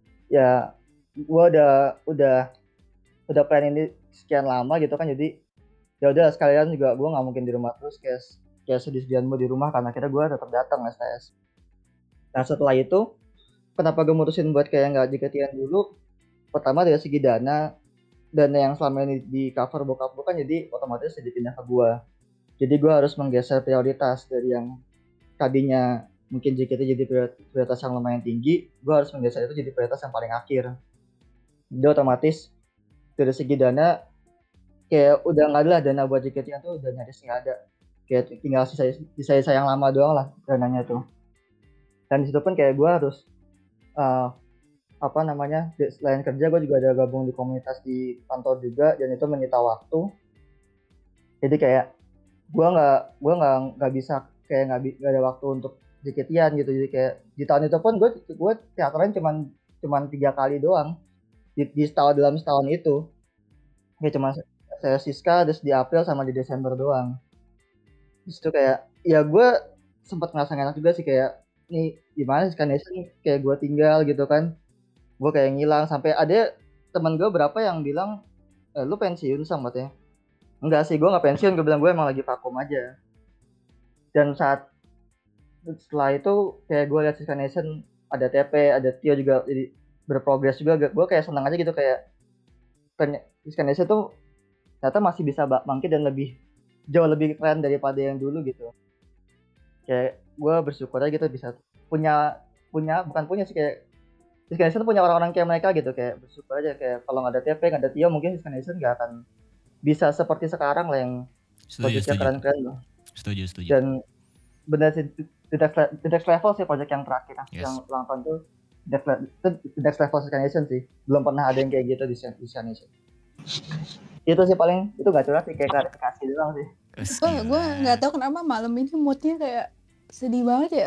ya gue udah udah udah plan ini sekian lama gitu kan, jadi ya udah sekalian juga gue nggak mungkin di rumah terus kayak kayak sedih-sedihanmu di rumah, karena akhirnya gue tetap datang S T S. Nah setelah itu kenapa gue mutusin buat kayak nggak J K T-an dulu, pertama dari segi dana, dana yang selama ini di cover bokap gue kan jadi otomatis jadi pindah ke gue, jadi gue harus menggeser prioritas dari yang tadinya mungkin J K T jadi prioritas yang lumayan tinggi, gue harus menggeser itu jadi prioritas yang paling akhir. Jadi otomatis dari segi dana kayak udah nggak ada lah dana buat J K T tuh udah nyaris nggak ada, kayak tinggal sisa sisa yang lama doang lah dananya tuh. Dan disitu pun kayak gue harus uh, apa namanya selain kerja gue juga ada gabung di komunitas di kantor juga, dan itu menyita waktu. Jadi kayak gue nggak gue nggak nggak bisa kayak nggak ada waktu untuk J K T-an gitu. Jadi kayak di tahun itu pun gue gue teateran cuman cuman tiga kali doang di, di setahun dalam setahun itu, kayak cuma saya Siska terus di April sama di Desember doang. Terus itu kayak ya gue sempat ngerasa enak juga sih, kayak nih gimana Siska Nation kayak gue tinggal gitu kan, gue kayak ngilang. Sampai ada teman gue berapa yang bilang eh, lu pensiun sama ya? Enggak sih, gue nggak pensiun, gue bilang gue emang lagi vakum aja. Dan saat setelah itu kayak gue lihat Siska Nation ada T P, ada Tio juga jadi berprogres juga, gue kayak senang aja gitu, kayak Siska Nation tuh ternyata masih bisa bangkit dan lebih jauh lebih keren daripada yang dulu gitu. Kayak gue bersyukur aja gitu bisa punya punya bukan punya sih kayak Siska Nation punya orang-orang kayak mereka gitu, kayak bersyukur aja kayak kalau nggak ada T P nggak ada Tio mungkin Siska Nation nggak akan bisa seperti sekarang lah yang projectnya keren-keren loh. Setuju setuju. Dan benar sih the next, the next level sih project yang terakhir yes. yang ulang tahun tuh the next level Siska Nation sih, belum pernah ada yang kayak gitu di Siska Nation. Itu sih paling, itu gak curhat sih, kayak klarifikasi doang sih. Gue gue nggak tahu kenapa malam ini moodnya kayak sedih banget ya.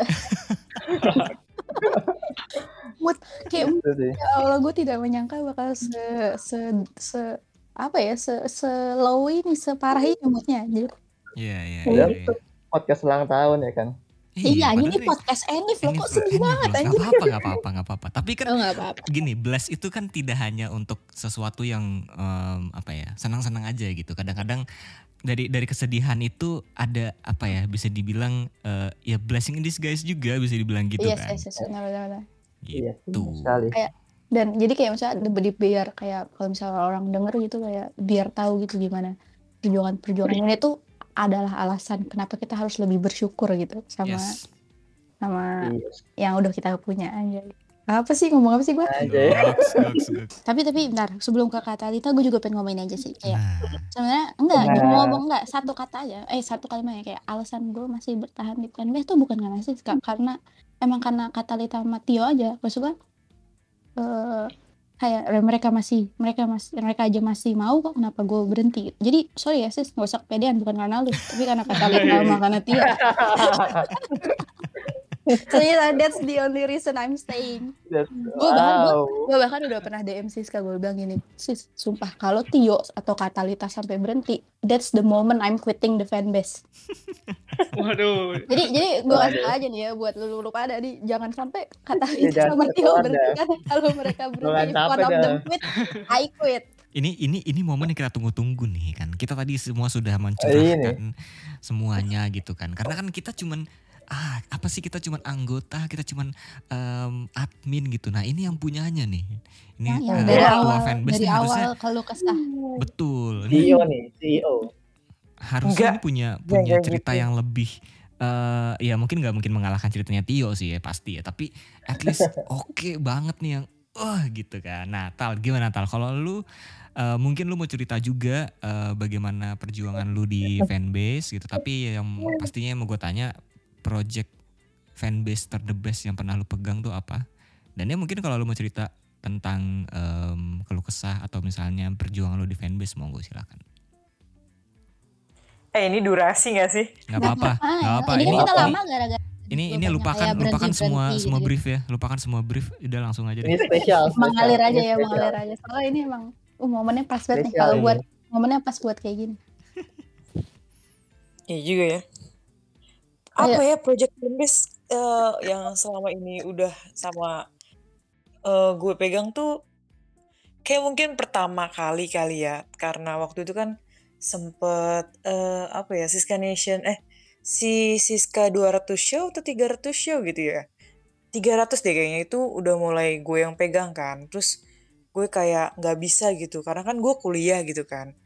Mood kayak ya Allah, gue tidak menyangka bakal se se se apa ya se se low ini, separah ini moodnya. Jadi iya iya iya. Podcast ulang tahun ya kan. Iya, ini podcast Enif loh, kok sedih banget anjir. Gak apa-apa, gak apa-apa, gak apa-apa. Tapi kan oh, apa-apa. Gini, blast itu kan tidak hanya untuk sesuatu yang um, apa ya, senang-senang aja gitu. Kadang-kadang dari dari kesedihan itu ada apa ya, bisa dibilang uh, ya blessing in disguise juga bisa dibilang gitu yes, kan. Iya, yes, yes, benar-benar. Gitu. Iya, dan jadi kayak misalnya biar kayak kalau misalnya orang denger gitu kayak biar tahu gitu gimana perjuangan-perjuangan ini tuh adalah alasan kenapa kita harus lebih bersyukur gitu sama yes. sama yes. yang udah kita punya aja. Apa sih ngomong apa sih gue? tapi tapi bentar sebelum ke kata Lita gue juga pengen ngomongin aja sih kayak nah. sebenarnya enggak nah. ngomong enggak satu kata aja eh satu kalimat ya, kayak alasan gue masih bertahan di fanbase tuh bukan karena sih karena emang karena kata Lita sama Tio aja. Maksudnya uh, kayak mereka masih mereka masih mereka aja masih mau kok, kenapa gue berhenti. Jadi sorry ya sis, nggak usah kepedean, bukan karena lu tapi karena kata Lita sama karena Tio. So yeah, that's the only reason I'm staying. Gue bahkan gue, gue bahkan udah pernah D M Siska, gue bilang gini, sis, sumpah kalau Tio atau Katalita sampai berhenti, that's the moment I'm quitting the fanbase. Waduh. Jadi jadi gue kasih aja nih ya buat lu lu pada nih, jangan sampai Katalita sama Tio berhenti kan. Kalau mereka berhenti, one of them quit, I quit. Ini ini ini momen yang kita tunggu-tunggu nih kan. Kita tadi semua sudah mencurahkan semuanya gitu kan. Karena kan kita cuman ah apa sih kita cuman anggota, kita cuman um, admin gitu. Nah ini yang punyanya nih, ini ya, uh, dari ketua awal fanbase dari harusnya awal kalau kesah betul. C E O nih C E O harusnya ini punya punya Enggak, cerita gitu. Yang lebih uh, ya mungkin nggak mungkin mengalahkan ceritanya Tio sih ya pasti ya, tapi at least oke okay banget nih yang wah oh, gitu kan. Nah Tal, gimana Tal kalau lu Uh, mungkin lu mau cerita juga uh, bagaimana perjuangan lu di fanbase gitu, tapi yang pastinya yang mau gue tanya, project fanbase ter the best yang pernah lu pegang tuh apa? Dan ya mungkin kalau lu mau cerita tentang em, keluh kesah atau misalnya perjuangan lo di fanbase, monggo silakan. Eh ini durasi gak sih? Nggak apa-apa, apa-apa nggak ya. apa. Ini kan Ini kita ini lama gara-gara ini gue ini banyak lupakan kayak lupakan semua berhenti-berhenti semua gitu-gitu. brief ya, lupakan semua brief, udah langsung aja Ini deh. spesial, spesial. Mengalir aja Ini ya, spesial. mengalir aja. Soalnya ini emang uh, momennya pas banget nih Spesial kalau ini. buat momennya pas buat kayak gini. Iya juga ya. Ayo. Apa ya project fanbase eh, yang selama ini udah sama eh, gue pegang tuh kayak mungkin pertama kali kali ya, karena waktu itu kan sempet eh, apa ya Siska Nation eh si Siska dua ratus show atau tiga ratus show gitu ya, tiga ratus deh kayaknya, itu udah mulai gue yang pegang kan. Terus gue kayak nggak bisa gitu karena kan gue kuliah gitu kan,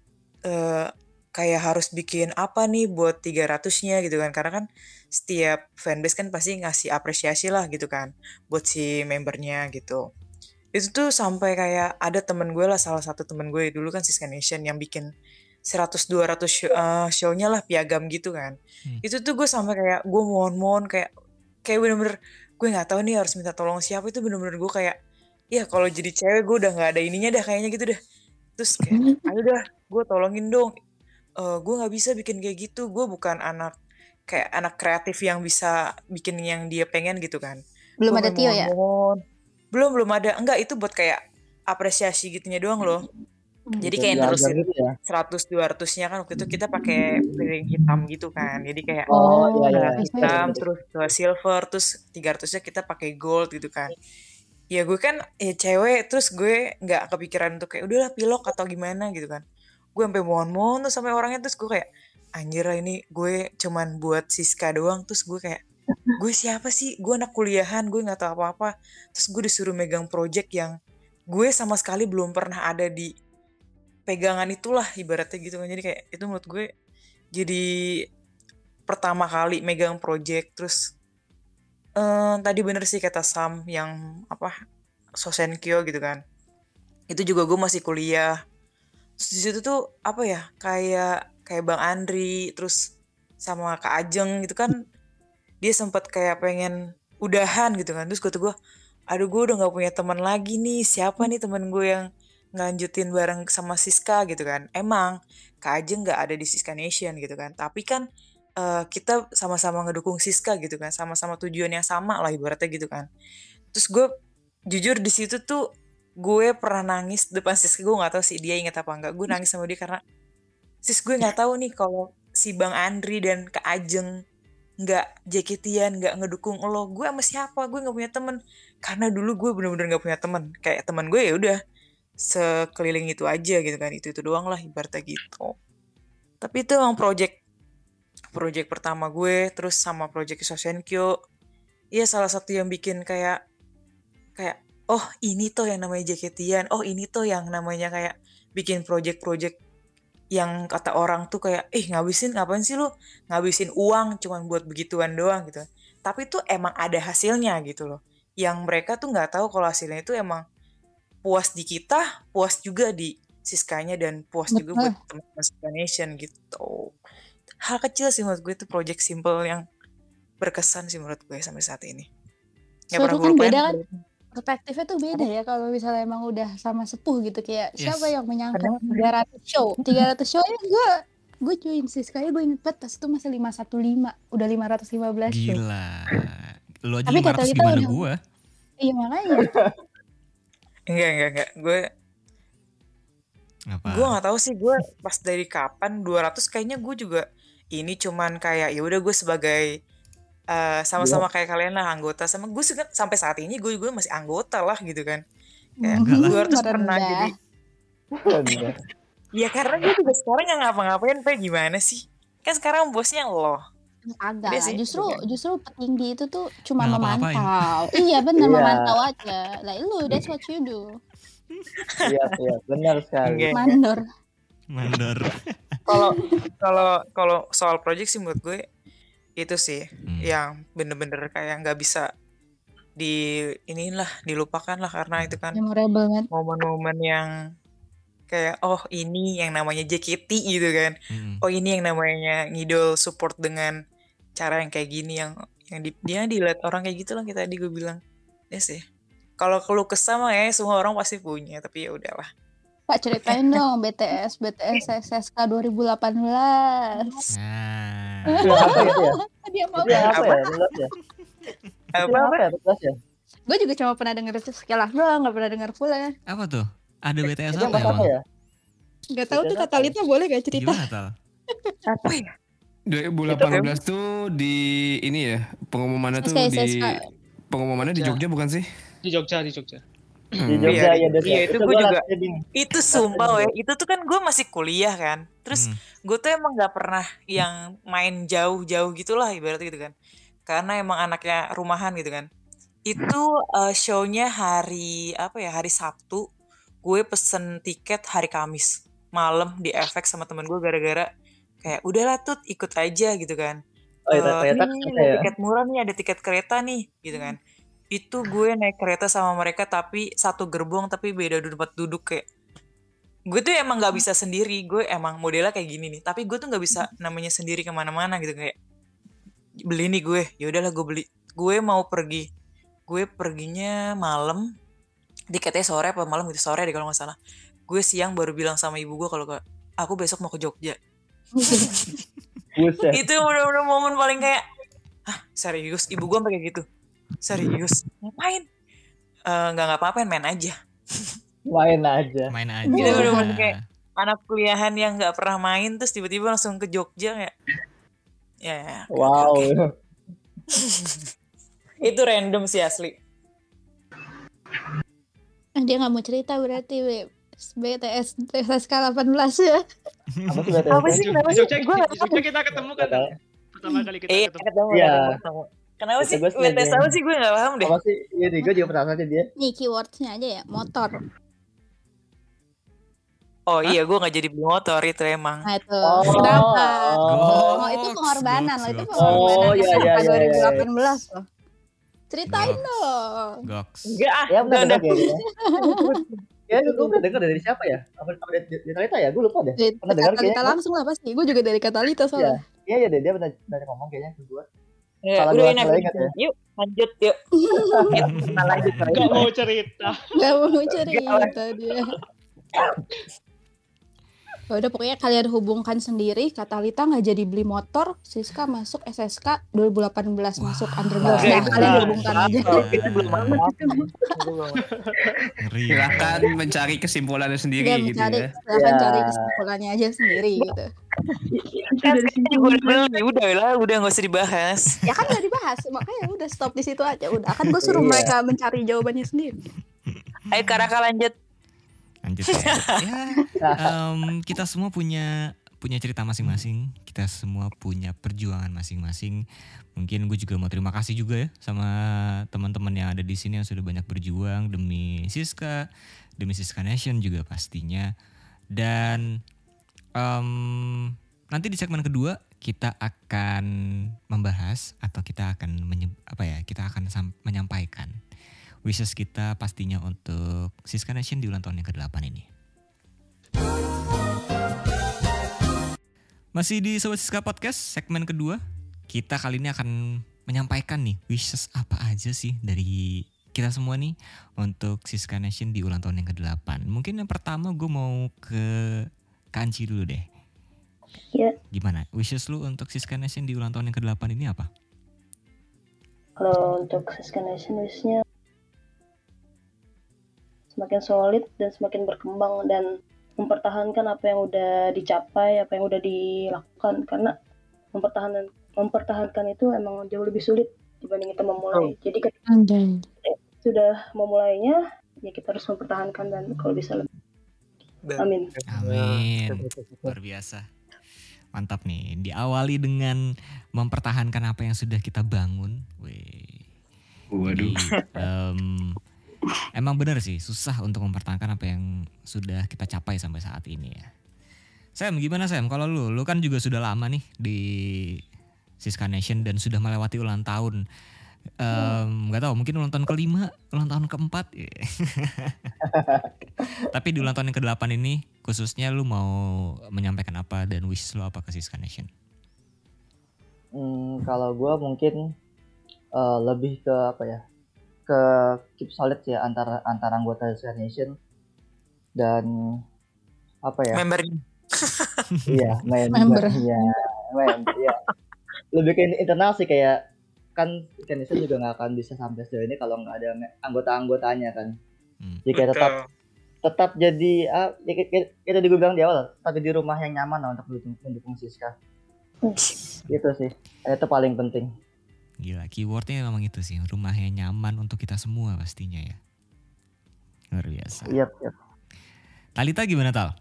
eh kayak harus bikin apa nih buat tiga ratus-nya gitu kan, karena kan setiap fanbase kan pasti ngasih apresiasi lah gitu kan buat si membernya gitu. Itu tuh sampai kayak ada temen gue lah, salah satu temen gue dulu kan Siska Nation yang bikin seratus dua ratus show, eh, show-nya lah piagam gitu kan. Hmm. Itu tuh gue sampai kayak gue mohon-mohon kayak kayak bener-bener gue nggak tahu nih harus minta tolong siapa. Itu bener-bener gue kayak ya kalau jadi cewek gue udah nggak ada ininya dah kayaknya gitu dah. Terus kayak ayo dah gue tolongin dong. Eh gue nggak bisa bikin kayak gitu. Gue bukan anak kayak anak kreatif yang bisa bikin yang dia pengen gitu kan. Belum Gue ada sampai Tio ya? mohon-mohon. Belum belum ada. Enggak, itu buat kayak apresiasi gitunya doang loh. Jadi kayak Diajar nerusin gitu ya. seratus dua ratus-nya kan waktu itu kita pakai piring hitam gitu kan. Jadi kayak Oh iya Oh, iya. uh, bisa hitam ya. terus ke silver terus tiga ratusnya kita pakai gold gitu kan. Ya gue kan ya cewek, terus gue nggak kepikiran untuk kayak udahlah pilok atau gimana gitu kan. Gue sampai mohon-mohon tuh sampai orangnya, terus gue kayak anjir lah ini gue cuman buat Siska doang. Terus gue kayak gue siapa sih, gue anak kuliahan, gue nggak tahu apa-apa. Terus gue disuruh megang project yang gue sama sekali belum pernah ada di pegangan itulah ibaratnya gitu kan. Jadi kayak itu menurut gue jadi pertama kali megang project. Terus eh, tadi bener sih kata Sam yang apa Sosenkyo gitu kan, itu juga gue masih kuliah. Terus di situ tuh apa ya kayak kayak Bang Andri terus sama Kak Ajeng gitu kan, dia sempat kayak pengen udahan gitu kan. Terus gue tuh gue aduh gue udah nggak punya teman lagi nih, siapa nih teman gue yang ngelanjutin bareng sama Siska gitu kan. Emang Kak Ajeng nggak ada di Siska Nation gitu kan, tapi kan uh, kita sama-sama ngedukung Siska gitu kan, sama-sama tujuan yang sama lah ibaratnya gitu kan. Terus gue jujur di situ tuh gue pernah nangis depan Siska. Gue nggak tahu sih dia ingat apa enggak, gue nangis sama dia karena sis gue nggak tahu nih kalau si Bang Andri dan Kak Ajeng nggak J K T-an, nggak ngedukung lo, gue sama siapa, gue nggak punya temen. Karena dulu gue bener-bener nggak punya temen, kayak teman gue ya udah sekeliling itu aja gitu kan, itu itu doang lah ibaratnya gitu. Tapi itu emang project project pertama gue. Terus sama project Sosenkyo, iya salah satu yang bikin kayak kayak oh ini tuh yang namanya J K T-an, oh ini tuh yang namanya kayak bikin project-project yang kata orang tuh kayak eh ngabisin ngapain sih lu ngabisin uang cuman buat begituan doang gitu. Tapi tuh emang ada hasilnya gitu loh, yang mereka tuh nggak tahu kalau hasilnya itu emang puas di kita, puas juga di Siskanya, dan puas juga buat Betul. teman-teman Siska Nation gitu. Hal kecil sih menurut gue itu project simple yang berkesan sih menurut gue sampai saat ini. Nggak pernah Suatu gue kan lupain. beda kan, perspektifnya tuh beda ya kalau misalnya emang udah sama sepuh gitu. Kayak Yes. siapa yang menyangka Kenapa? tiga ratus show tiga ratus show ya. gue gue join Siska gue inget banget pas itu masih lima satu lima, udah lima ratus lima belas show. Gila. Lo aja Tapi lima kata ratus kita gimana udah gua? iya makanya Enggak enggak enggak. Gue Apa? gue nggak tahu sih gue pas dari kapan dua ratus, kayaknya gue juga ini cuman kayak ya udah gue sebagai uh, sama-sama kayak kalian lah anggota, sama gue sih kan sampai saat ini gue juga masih anggota lah gitu kan. Kayak Enggak lah. dua ratus pernah merendah. jadi Bener. ya karena gue juga sekarang nggak ngapa-ngapain, Pe, gimana sih, kan sekarang bosnya lo. Agak Udah lah, sih, justru udah. justru petinggi itu tuh cuma Nggak ngapa-ngapain. memantau. Iya benar, Iya. memantau aja. Like lu, that's what you do. Iya iya benar sekali. Enggak. Mandor. Mandor. Kalau kalau kalau soal project sih menurut gue itu sih Hmm. yang bener-bener kayak nggak bisa di inilah dilupakan lah, karena itu kan Memorable banget. momen-momen yang kayak oh ini yang namanya J K T gitu kan, Mm-mm. oh ini yang namanya ngidol support dengan cara yang kayak gini, yang yang di, dia dilihat orang kayak gitu lah, kayak tadi gue bilang ya sih. Kalau keluh kesah mah ya semua orang pasti punya, tapi ya udahlah. Pak ceritain dong B T S B T S S S K dua ribu delapan belas. Nah, Itu yang apa gitu ya? Dia mau Itu yang apa Apa? ya? Jelas ya? Itu Apa yang apa? apa ya? Jelas ya? Gue juga cuma pernah denger sekilas doang, nggak pernah denger full ya. apa tuh? Ada B T S Itu yang apa pas apa emang? ya? Nggak tahu tuh Cerita kata Lita boleh gak cerita? Gimana Tal? Apa ya? dua ribu delapan belas tuh di ini ya pengumumannya tuh S K S di K. pengumumannya di Jogja bukan sih? Di Jogja, di Jogja. Di Hmm. Jogja Iya, ya, Des. iya, itu Itu gue gua juga. rasanya bingung. Itu sumpah weh, itu tuh kan gue masih kuliah kan. Terus Hmm. gue tuh emang gak pernah yang main jauh-jauh gitulah ibaratnya gitu kan. Karena emang anaknya rumahan gitu kan. Itu eh, show-nya hari apa ya, hari Sabtu. Gue pesen tiket hari Kamis malam di F X sama temen gue gara-gara kayak udahlah Tut ikut aja gitu kan. Oh, itu Eh, ternyata ini kereta ada ya. tiket murah nih, ada tiket kereta nih gitu kan. Itu gue naik kereta sama mereka tapi satu gerbong tapi beda tempat duduk kayak gue tuh emang nggak bisa sendiri, gue emang modelnya kayak gini nih, tapi gue tuh nggak bisa namanya sendiri kemana-mana gitu kayak beli nih gue, ya udahlah gue beli, gue mau pergi, gue perginya malam, tiketnya sore apa malam gitu, sore deh kalau nggak salah, gue siang baru bilang sama ibu gue kalau kayak aku besok mau ke Jogja. Buset. Itu bener-bener momen paling kayak ah serius, ibu gue sampai kayak gitu, serius ngapain? Eh, nggak nggak apa-apain, main aja. Main aja. Main aja. Itu bener-bener kayak anak kuliahan yang nggak pernah main terus tiba-tiba langsung ke Jogja kayak ya, ya oke, Wow. oke. Itu random sih asli. Ah, dia nggak mau cerita berarti Be. B T S S S K delapan belas ya. Apa sih B T S? Apa sih Di kenapa sih? Jogja, Gue di Jogja kita ketemu kan? Tahu. Pertama kali kita Iya ketemu. ketemu Iya. ketemu, ketemu. Kenapa Itu sih gue B T S sendiri. apa sih gue nggak paham deh. Apa sih? Iya, gue juga penasaran sih dia. Nih keywordsnya aja ya, motor. Oh iya gue nggak jadi beli motor itu emang. Nah itu Oh. kenapa? Oh. Oh itu pengorbanan loh, itu Goks, pengorbanan Oh, iya, S S K iya, iya, dua ribu iya. delapan belas loh. Ceritain Goks. dong. Goks. Enggak ah. Ya Udah benar udah. dengar kayaknya. Ya gue gue pernah dengar dari siapa ya? Apa apa dari dari Talita ya? Gue lupa deh. Dari Pernah dengar Katalita kayaknya. langsung lah pasti. Gue juga dari Katalita Iya. soalnya. Iya ya deh dia pernah pernah ngomong kayaknya ke gue. Ya, Salah udah gua enak. salah ingat ya. Yuk lanjut yuk. Kita lanjut lagi. Gak mau cerita. Gak mau cerita dia. Ya udah pokoknya kalian hubungkan sendiri. Katalita nggak jadi beli motor, Siska masuk S S K dua ribu delapan belas masuk Undergirls. Oke, Nah, itu kalian belum. hubungkan aja. Oh, itu belum apa. Ngeri. Silakan mencari kesimpulannya sendiri Dia gitu mencari, ya. silahkan Ya. cari kesimpulannya aja sendiri gitu. Kan sekarang juga udah beli, udah lah, udah nggak usah dibahas. Ya kan udah dibahas, makanya udah stop di situ aja. Udah kan gue suruh Iya. mereka mencari jawabannya sendiri. Ayo Karaka lanjut. Lanjut ya. Ya, em, kita semua punya punya cerita masing-masing. Kita semua punya perjuangan masing-masing. Mungkin gue juga mau terima kasih juga ya sama teman-teman yang ada di sini yang sudah banyak berjuang demi Siska, demi Siska Nation juga pastinya. Dan em, nanti di segmen kedua kita akan membahas atau kita akan menye- apa ya? Kita akan sam- menyampaikan wishes kita pastinya untuk Siska Nation di ulang tahun yang kedelapan ini. Masih di Sobat Siska Podcast segmen kedua. Kita kali ini akan menyampaikan nih wishes apa aja sih dari kita semua nih untuk Siska Nation di ulang tahun yang kedelapan. Mungkin yang pertama gue mau ke Kanci dulu deh. Ya, Gimana wishes lu untuk Siska Nation di ulang tahun yang kedelapan ini apa? kalau untuk Siska Nation wish-nya semakin solid dan semakin berkembang dan mempertahankan apa yang udah dicapai, apa yang udah dilakukan, karena mempertahankan mempertahankan itu emang jauh lebih sulit dibanding kita memulai. Jadi ketika sudah memulainya, ya kita harus mempertahankan dan kalau bisa lebih. Amin. Amin. Luar biasa. Mantap nih. Diawali dengan mempertahankan apa yang sudah kita bangun. Wih. Waduh. Jadi, em, emang benar sih susah untuk mempertahankan apa yang sudah kita capai sampai saat ini ya. Sam, gimana Sam? Kalau lu, lu kan juga sudah lama nih di Siska Nation dan sudah melewati ulang tahun. Em, Gak tahu, mungkin ulang tahun kelima, ulang tahun keempat. Tapi di ulang tahun yang kedelapan ini, khususnya lu mau menyampaikan apa dan wish lu apa ke Siska Nation? Hmm, kalau gue mungkin eh, lebih ke apa ya? ke keep solid ya antara antara anggota Siska Nation dan apa ya? Membernya. Iya, Member. membernya, member ya. Lebih ke internal sih, kayak kan Siska Nation juga nggak akan bisa sampai sejauh ini kalau nggak ada me- anggota-anggotanya kan. Hmm. Jadi kayak tetap Betul. tetap jadi ah, ya, kayak- kayak- kayak tadi gue bilang di awal, tetap jadi rumah yang nyaman lah untuk mendukung, mendukung Siska. Gitu sih, itu paling penting. Gila, keywordnya memang itu sih, rumah yang nyaman untuk kita semua pastinya ya. Luar biasa. Iya, iya. Talita gimana Tal?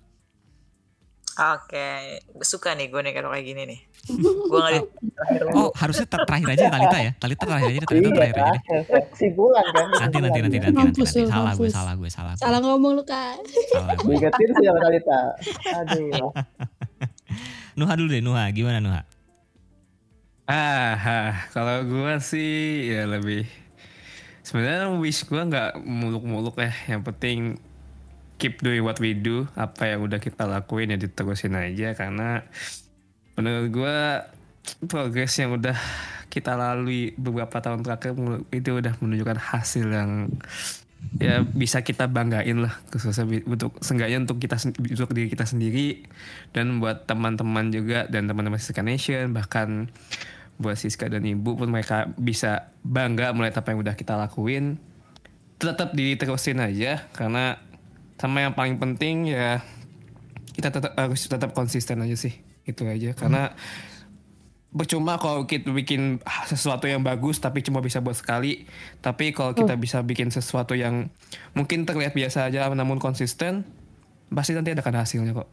Oke, suka nih gue nih kalau kayak gini nih. Gue nggak di terakhir dulu. Oh harusnya ter- terakhir aja ya Talita ya. Talita terakhir aja, Talita Iya, terakhir aja deh. terakhir. Kesimpulan kan. Nanti nanti nanti nanti nanti, Mampus nanti. lu, Salah gue, mampus. salah gue, salah gue. Salah ngomong lu Kak. Salah gue. Diingetin sih sama Talita. Aduh. Nuha dulu deh, Nuha. Gimana Nuha? Ah, ah, kalau gue sih ya lebih sebenarnya wish gue nggak muluk-muluk ya. Yang penting keep doing what we do. Apa yang udah kita lakuin ya diterusin aja, karena menurut gue progres yang udah kita lalui beberapa tahun terakhir itu udah menunjukkan hasil yang ya bisa kita banggain lah, khususnya untuk seenggaknya untuk kita sen- untuk diri kita sendiri dan buat teman-teman juga dan teman-teman Siska Nation, bahkan buat Siska dan Ibu pun mereka bisa bangga melihat apa yang udah kita lakuin. Tetap diterusin aja, karena sama yang paling penting ya kita tetap harus tetap konsisten aja sih, itu aja. Karena percuma kalau kita bikin sesuatu yang bagus tapi cuma bisa buat sekali. Tapi kalau kita bisa bikin sesuatu yang mungkin terlihat biasa aja namun konsisten, pasti nanti ada kan hasilnya kok.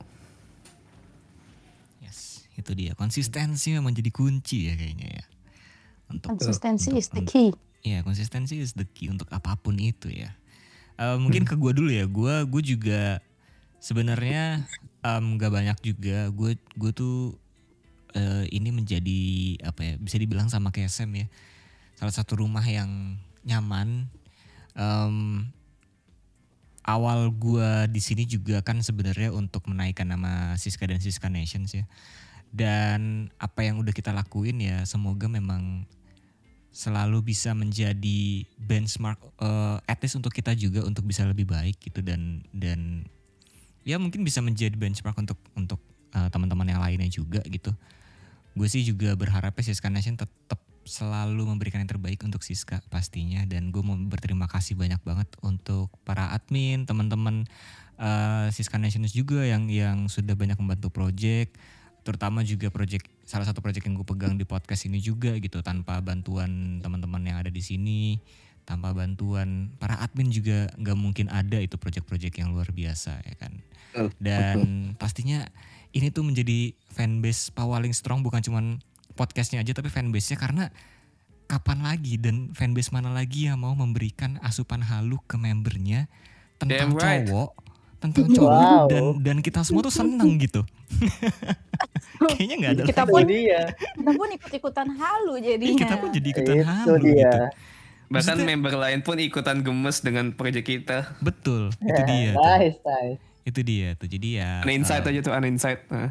Yes, itu dia. Konsistensi memang jadi kunci ya kayaknya ya. Untuk Konsistensi untuk- is the key. Iya, konsistensi is the key untuk apapun itu ya. Eh, mungkin ke gue dulu ya. Gue gue juga sebenarnya em, gak banyak juga. Gue gue tuh eh, ini menjadi apa ya? Bisa dibilang sama kayak Sam ya. Salah satu rumah yang nyaman. Em, awal gue di sini juga kan sebenarnya untuk menaikkan nama Siska dan Siska Nations ya. Dan apa yang udah kita lakuin ya, semoga memang selalu bisa menjadi benchmark uh, at least untuk kita juga untuk bisa lebih baik gitu, dan dan ya mungkin bisa menjadi benchmark untuk untuk uh, teman-teman yang lainnya juga gitu. Gue sih juga berharapnya Siska Nation tetap selalu memberikan yang terbaik untuk Siska pastinya, dan gue mau berterima kasih banyak banget untuk para admin, teman-teman uh, Siska Nation juga yang yang sudah banyak membantu project, terutama juga project salah satu project yang gue pegang di podcast ini juga gitu. Tanpa bantuan teman-teman yang ada di sini, tanpa bantuan para admin juga nggak mungkin ada itu project-project yang luar biasa ya kan. Dan pastinya ini tuh menjadi fanbase Pawaling Strong, bukan cuman podcastnya aja tapi fanbase-nya, karena kapan lagi dan fanbase mana lagi yang mau memberikan asupan halu ke membernya tentang Damn right. cowok, tentang cowok Wow. dan dan kita semua tuh seneng gitu. Kayaknya nggak ada Kita lagi. pun Itu dia. kita pun ikut-ikutan halu Iya, jadinya. kita pun jadi ikutan Itu halu dia. gitu. Bahkan Maksudnya- member lain pun ikutan gemes dengan proyek kita. Betul, itu Ya, dia tuh. nice, nice. Itu dia tuh. Jadi ya An insight eh, aja tuh, an insight. Nah.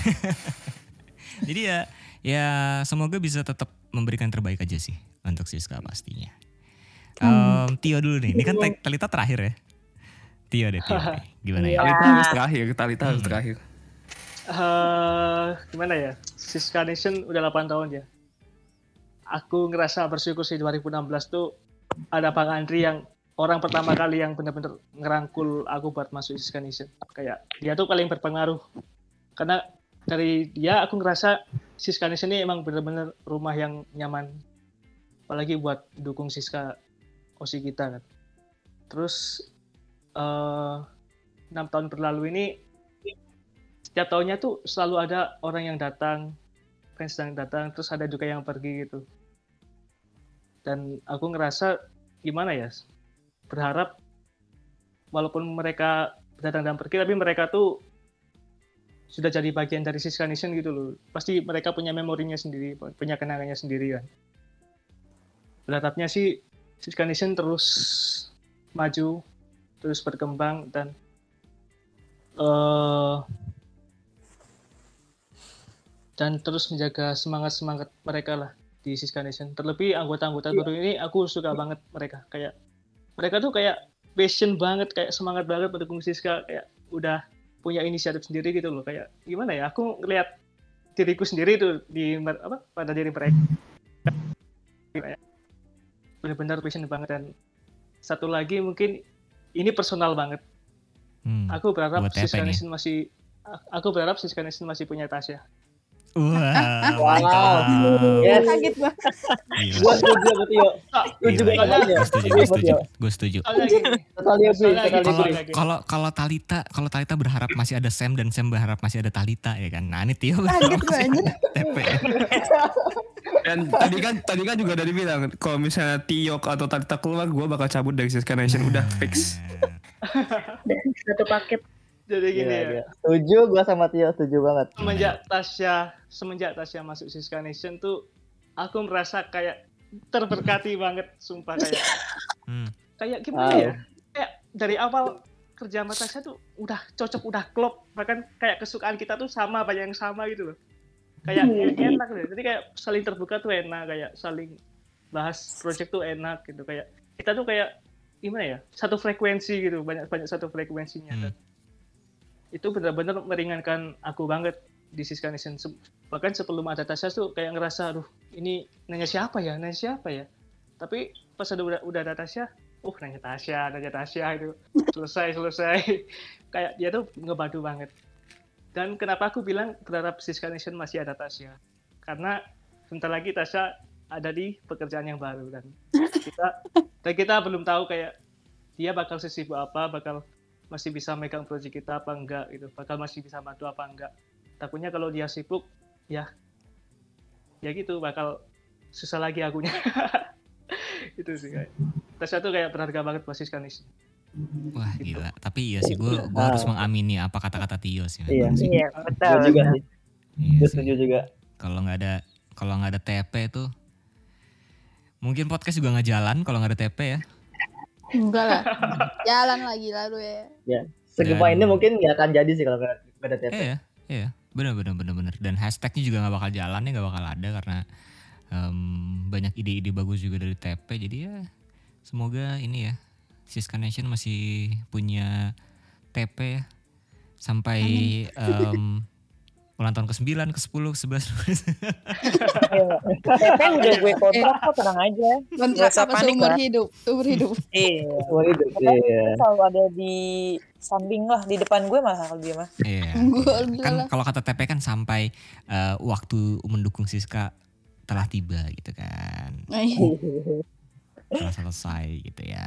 jadi ya ya semoga bisa tetap memberikan terbaik aja sih untuk Siska pastinya. Em, Tio dulu nih. Ini kan Te- Talita terakhir ya. Tio deh, Tio deh. Gimana ya? Talita harus terakhir, Talita harus Hmm. terakhir. Eh, gimana ya? Siska Nation udah delapan tahun ya. Aku ngerasa bersyukur sih dua ribu enam belas tuh ada Bang Andri yang orang pertama kali yang benar-benar ngerangkul aku buat masuk Siska Nation. Kayak dia tuh paling berpengaruh. Karena dari dia aku ngerasa Siska Nation ini emang benar-benar rumah yang nyaman. Apalagi buat dukung Siska O S I kita kan. Terus eh, enam tahun berlalu ini setiap tahunnya tuh selalu ada orang yang datang, fans yang datang, terus ada juga yang pergi gitu. Dan aku ngerasa gimana ya, berharap walaupun mereka datang dan pergi, tapi mereka tuh sudah jadi bagian dari Siska Nation gitu loh. Pasti mereka punya memorinya sendiri, punya kenangannya sendiri kan. Berharapnya sih Siska Nation terus maju, terus berkembang, dan eh dan terus menjaga semangat-semangat mereka lah di Siska Nation. Terlebih anggota-anggota baru ini aku suka banget mereka. Kayak mereka tuh kayak passion banget, kayak semangat banget mendukung Siska, kayak udah punya inisiatif sendiri gitu loh. Kayak gimana ya? Aku ngelihat diriku sendiri tuh di apa pada diri mereka. Kayak benar-benar passion banget. Dan satu lagi mungkin ini personal banget. Hmm. Aku berharap Buat Siska Tepeng ya? Nation masih aku berharap Siska Nation masih punya Tasya. Wah, Wow. mantap. Yes. Kaget banget. Gila. Gue setuju sama Tio. Gue Gila, juga gila. banget ya. Gue setuju, gue setuju, gue setuju. Soalnya gini, Totally agree, soalnya totally gini, Kalau agree. soalnya gini. kalau kalau Talita, kalau Talita berharap masih ada Sam dan Sam berharap masih ada Talita ya kan. Nah, ini Tio Kaget berharap gue masih anjir. ada T P. Dan tadi kan tadi kan juga udah dibilang kalau misalnya Tio atau Talita keluar, gue bakal cabut dari Siska Nation, udah fix. Satu paket. Jadi gini Gila, ya. gila. Setuju gue sama Tio, setuju banget. Semenjak Tasya, semenjak Tasya masuk Siska Nation tuh, aku merasa kayak terberkati banget, sumpah kayak Hmm. kayak gimana Wow. ya? Kayak dari awal kerja sama Tasya tuh udah cocok, udah klop, bahkan kayak kesukaan kita tuh sama, banyak yang sama gitu loh. Kayak enak loh. Jadi kayak saling terbuka tuh enak, kayak saling bahas project tuh enak gitu. Kayak kita tuh kayak gimana ya? Satu frekuensi gitu, banyak banyak satu frekuensinya. Hmm. Dan itu benar-benar meringankan aku banget di Siska Nation. Se- Bahkan sebelum ada Tasya tuh kayak ngerasa, aduh ini nanya siapa ya, nanya siapa ya. Tapi pas ada udah, udah ada Tasya, uh nanya Tasya, nanya Tasya itu selesai selesai. Kayak dia tuh ngebantu banget. Dan kenapa aku bilang berharap Siska Nation masih ada Tasya? Karena sebentar lagi Tasya ada di pekerjaan yang baru dan kita dan kita belum tahu kayak dia bakal sesibuk apa, bakal masih bisa megang proyek kita apa enggak gitu, bakal masih bisa bantu apa enggak. Takutnya kalau dia sibuk, ya ya gitu bakal susah lagi akunya. Itu sih kayak. Tasya tuh kayak berharga banget buat Siska Nation. Wah, gila. Tapi iya sih gue gue harus mengamini apa kata-kata Tio sih. Iya. memang sih. Iya, Gue betul. juga betul. sih. Iya Gue sih. setuju juga. Kalau nggak ada kalau nggak ada T P tuh mungkin podcast juga nggak jalan kalau nggak ada T P ya. Enggak lah. Jalan lagi lalu ya. Ya. Segema Dan- ini mungkin nggak akan jadi sih kalau nggak nggak ada T P. Iya, iya, benar benar benar benar. Dan hashtagnya juga nggak bakal jalan ya, nggak bakal ada karena em, banyak ide-ide bagus juga dari T P. Jadi ya semoga ini ya Siska Nation masih punya T P ya sampai em, ulang tahun ke sembilan, ke sepuluh, ke sebelas. Iya. T P udah gue kontrak kok, tenang aja. Kontrak Nggak usah apa panik seumur lah. hidup? Seumur hidup. Iya. Semua hidup. Iya. Selalu ada di samping lah, di depan gue malah kalau dia mah. Iya. Gue Kan lah. kalau kata T P kan sampai eh, waktu mendukung Siska telah tiba gitu kan. Nah, iya. Telah selesai gitu ya.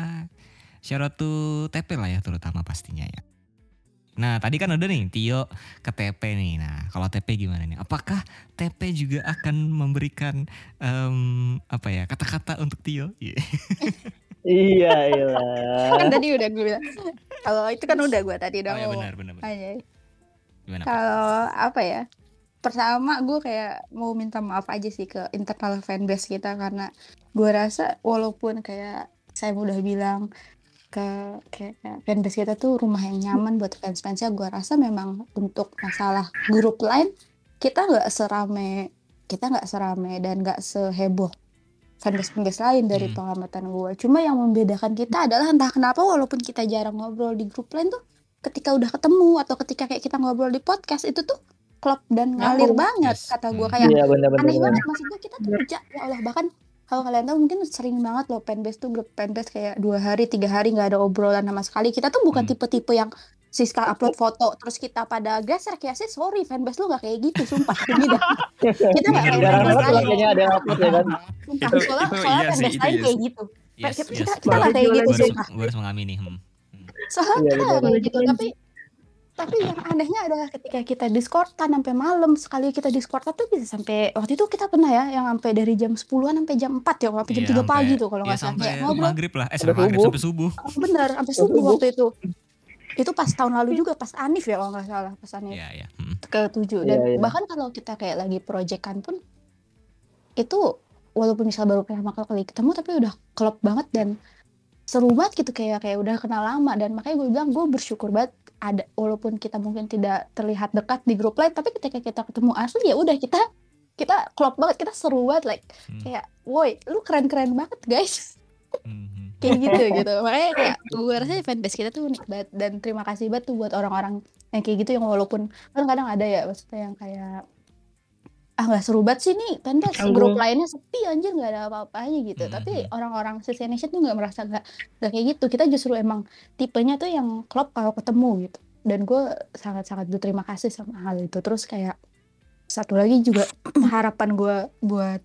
Shout out to T P lah ya terutama pastinya ya. Nah tadi kan udah nih Tio ke T P nih. Nah kalau T P gimana nih? Apakah T P juga akan memberikan em, apa ya kata-kata untuk Tio? Iya. Iya, iya. Kan tadi udah gue bilang. Kalau itu kan udah gue tadi udah Oh ya ngomong. benar benar. benar. Aja. Gimana Pak? Kalau apa ya? Pertama gue kayak mau minta maaf aja sih ke internal fanbase kita karena gue rasa walaupun kayak saya udah bilang ke kayak fanbase kita tuh rumah yang nyaman buat fans-fansnya, gue rasa memang untuk masalah grup lain kita nggak serame kita nggak serame dan nggak seheboh fanbase-fanbase lain dari Hmm. pengamatan gue. Cuma yang membedakan kita adalah entah kenapa walaupun kita jarang ngobrol di grup lain tuh ketika udah ketemu atau ketika kayak kita ngobrol di podcast itu tuh klop dan ngalir Nyambung. banget. Yes. Kata gue Hmm. kayak Iya, benar-benar. aneh banget, maksud gue kita tuh kerja ya Allah, bahkan kalau kalian tahu mungkin sering banget loh fanbase tuh grup fanbase kayak dua hari tiga hari nggak ada obrolan sama sekali. Kita tuh bukan Hmm. tipe-tipe yang Siska upload foto terus kita pada geser kayak sih, sorry fanbase lu nggak kayak gitu sumpah ini dah kita nggak kayak Jarang fanbase banget lah lain kayaknya ada yang upload ya kan. sumpah. Itu- soalnya itu soalnya iya sih, fanbase itu lain iya kayak sih. gitu. Yes, kita yes. kita Gue nggak kayak gitu harus, sumpah. gue harus mengamini. Hmm. Hmm. Soalnya Iya, kita benar. nggak kayak gitu, tapi tapi yang anehnya adalah ketika kita discordan sampai malam, sekali kita discordan tuh bisa sampai waktu itu kita pernah ya yang sampai dari jam sepuluhan sampai jam empat ya, sampai jam Iya, tiga sampai- pagi tuh kalau iya, nggak salah sampai kayak ngobrol. maghrib lah. Eh Sampai sampai maghrib subuh. sampai subuh. Oh, bener sampai subuh waktu itu. Itu pas tahun lalu juga pas Anif ya kalau nggak salah, pas Anif Iya iya. Hmm. ke tujuh. Dan Iya, iya. bahkan kalau kita kayak lagi proyekan pun itu walaupun misal baru pertama kali ketemu tapi udah klop banget dan seru banget gitu, kayak kayak udah kenal lama. Dan makanya gue bilang gue bersyukur banget ada, walaupun kita mungkin tidak terlihat dekat di grup lain, tapi ketika kita ketemu asli ya udah kita kita klop banget, kita seru banget, like Hmm. kayak, woi, lu keren-keren banget guys, Mhm. kayak gitu gitu. Makanya kayak gue rasa fanbase kita tuh unik banget dan terima kasih banget tuh buat orang-orang yang kayak gitu yang walaupun kan kadang ada ya maksudnya yang kayak ah nggak seru banget sih nih fanbase, grup Canggung. lainnya sepi anjir nggak ada apa-apanya gitu. Tapi Mhm. orang-orang Sisca Nation tuh nggak merasa nggak nggak kayak gitu. Kita justru emang tipenya tuh yang klop kalau ketemu gitu. Dan gue sangat-sangat berterima kasih sama hal itu. Terus kayak satu lagi juga harapan gue buat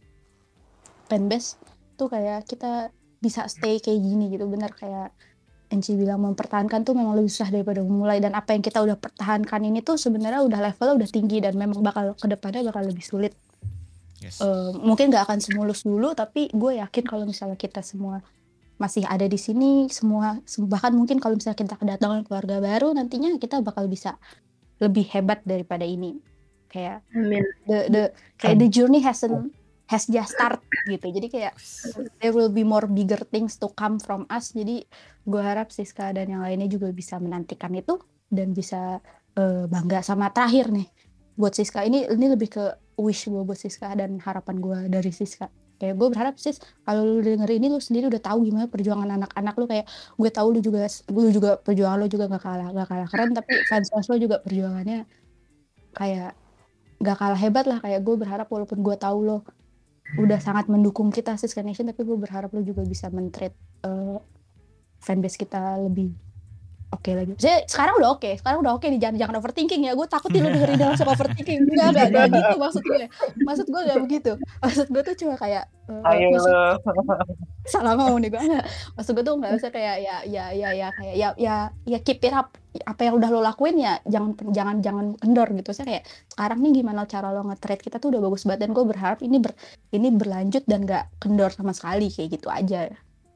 fanbase tuh kayak kita bisa stay kayak gini gitu, bener kayak Enci bilang mempertahankan tuh memang lebih susah daripada memulai, dan apa yang kita udah pertahankan ini tuh sebenarnya udah levelnya udah tinggi dan memang bakal kedepannya bakal lebih sulit. Yes. Eh, mungkin gak akan semulus dulu, tapi gue yakin kalau misalnya kita semua masih ada di sini semua, sem- bahkan mungkin kalau misalnya kita kedatangan keluarga baru nantinya kita bakal bisa lebih hebat daripada ini. Kayak Amin. the the kayak the journey hasn't has just start gitu. Jadi kayak there will be more bigger things to come from us. Jadi gue harap Sisca dan yang lainnya juga bisa menantikan itu dan bisa eh, bangga sama terakhir nih buat Sisca ini. Ini lebih ke wish gue buat Sisca dan harapan gue dari Sisca. Kayak gue berharap Sis, kalau lu denger ini lu sendiri udah tahu gimana perjuangan anak-anak lu. Kayak gue tahu lu juga lu juga perjuangan lu juga gak kalah gak kalah keren, tapi fans fans lu juga perjuangannya kayak gak kalah hebat lah. Kayak gue berharap walaupun gue tahu lo udah sangat mendukung kita Sisca Nation, tapi gue berharap lo juga bisa men-treat uh, fanbase kita lebih oke lagi. Saya sekarang udah oke, sekarang udah oke nih, jangan jangan overthinking ya. Gue takut nih lo dengerin langsung overthinking. Enggak, enggak, enggak gitu maksud gue. Maksud gue enggak begitu. Maksud gue tuh cuma kayak uh, Ayo maksud lo. salah ngomong nih gue enggak. Maksud gue tuh enggak usah kayak ya ya ya ya kayak ya ya ya keep it up. Apa yang udah lo lakuin ya jangan jangan jangan kendor gitu. Saya kayak sekarang nih gimana cara lo nge-trade kita tuh udah bagus banget, dan gue berharap ini ber, ini berlanjut dan gak kendor sama sekali kayak gitu aja.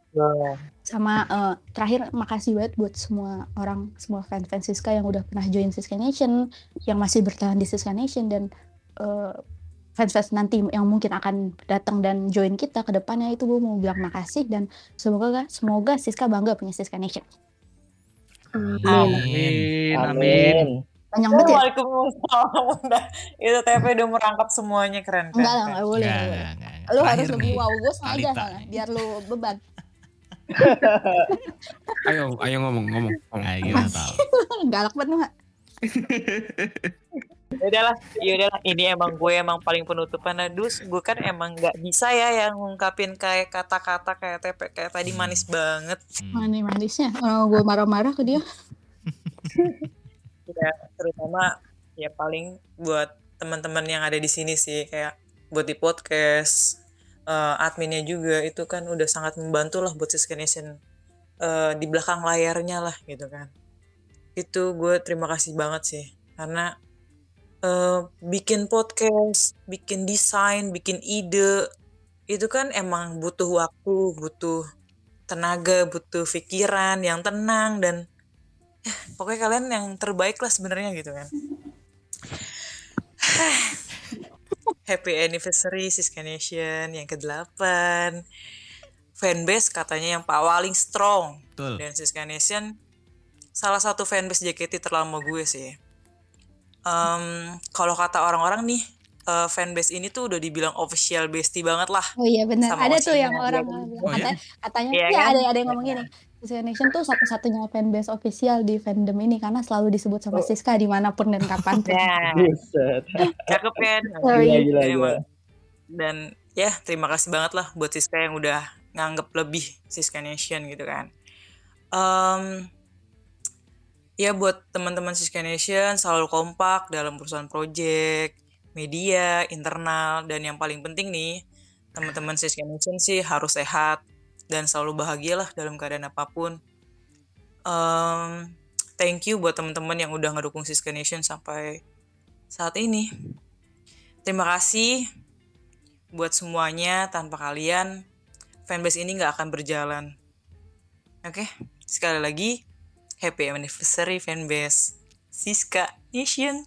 Sama uh, terakhir makasih banget buat semua orang, semua fans-fans Sisca yang udah pernah join Sisca Nation, yang masih bertahan di Sisca Nation, dan uh, fans-fans nanti yang mungkin akan datang dan join kita ke depannya. Itu gue mau bilang makasih, dan semoga semoga Sisca bangga punya Sisca Nation. Amin. Amin. Amin, amin. Amin. Panjang banget ya? Waalaikumsalam. Udah, itu T P udah merangkap semuanya, keren Enggak keren. lah, enggak boleh, Nggak, enggak boleh. nggak, nggak, nggak. Lu harus Terakhir lebih nih, wow, gue sengaja Talita salah, nih. biar lu beban. Ayo, ayo ngomong, ngomong. ngomong. Nah, gimana tahu? Galak banget lu nggak? Ya udahlah, ya udahlah. Ini emang gue emang paling penutupan lah. Dus, gue kan emang nggak bisa ya yang ngungkapin kayak kata-kata kayak T P kayak tadi manis banget. Hmm. Manis-manisnya. Oh, gue marah-marah ke dia. Ya, terutama ya paling buat teman-teman yang ada di sini sih, kayak buat di podcast, eh, adminnya juga itu kan udah sangat membantu lah buat Sisca Nation eh, di belakang layarnya lah gitu kan. Itu gue terima kasih banget sih, karena eh, bikin podcast, bikin desain, bikin ide itu kan emang butuh waktu, butuh tenaga, butuh pikiran yang tenang, dan ya, pokoknya kalian yang terbaik lah sebenarnya gitu kan. Happy anniversary Sisca Nation yang kedelapan. Fanbase katanya yang paling strong. Betul. Dan Sisca Nation salah satu fanbase J K T terlama gue sih. Um, kalau kata orang-orang nih, uh, fanbase ini tuh udah dibilang official bestie banget lah. Oh iya benar. Sama Ada tuh Oceana yang dia orang kan. Oh, bilang, iya? katanya, katanya Iya ya kan? ada ada yang ngomong gini. Sisca Nation tuh satu-satunya fanbase official di fandom ini karena selalu disebut sama Oh. Sisca dimanapun dan kapanpun. Nah, Buset. cakep kan? Oh, Gila, iya. gila, Dan gila. emang- Dan ya terima kasih banget lah buat Sisca yang udah nganggep lebih Sisca Nation gitu kan. Um, ya buat teman-teman Sisca Nation selalu kompak dalam perusahaan project, media, internal, dan yang paling penting nih teman-teman Sisca Nation sih harus sehat dan selalu bahagialah dalam keadaan apapun. Um, thank you buat teman-teman yang udah ngedukung Sisca Nation sampai saat ini. Terima kasih buat semuanya, tanpa kalian fanbase ini nggak akan berjalan. Oke, sekali lagi happy anniversary fanbase Sisca Nation.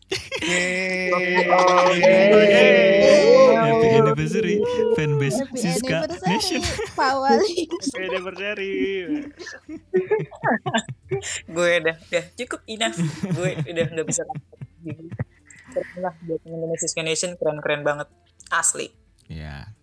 Happy anniversary fanbase Happy Sisca Nation. anniversary, Pak Wali. Happy anniversary. Gue udah, udah cukup enough. Gue udah nggak bisa. lah buat teman-teman Siska Nation, keren-keren banget asli. Ya,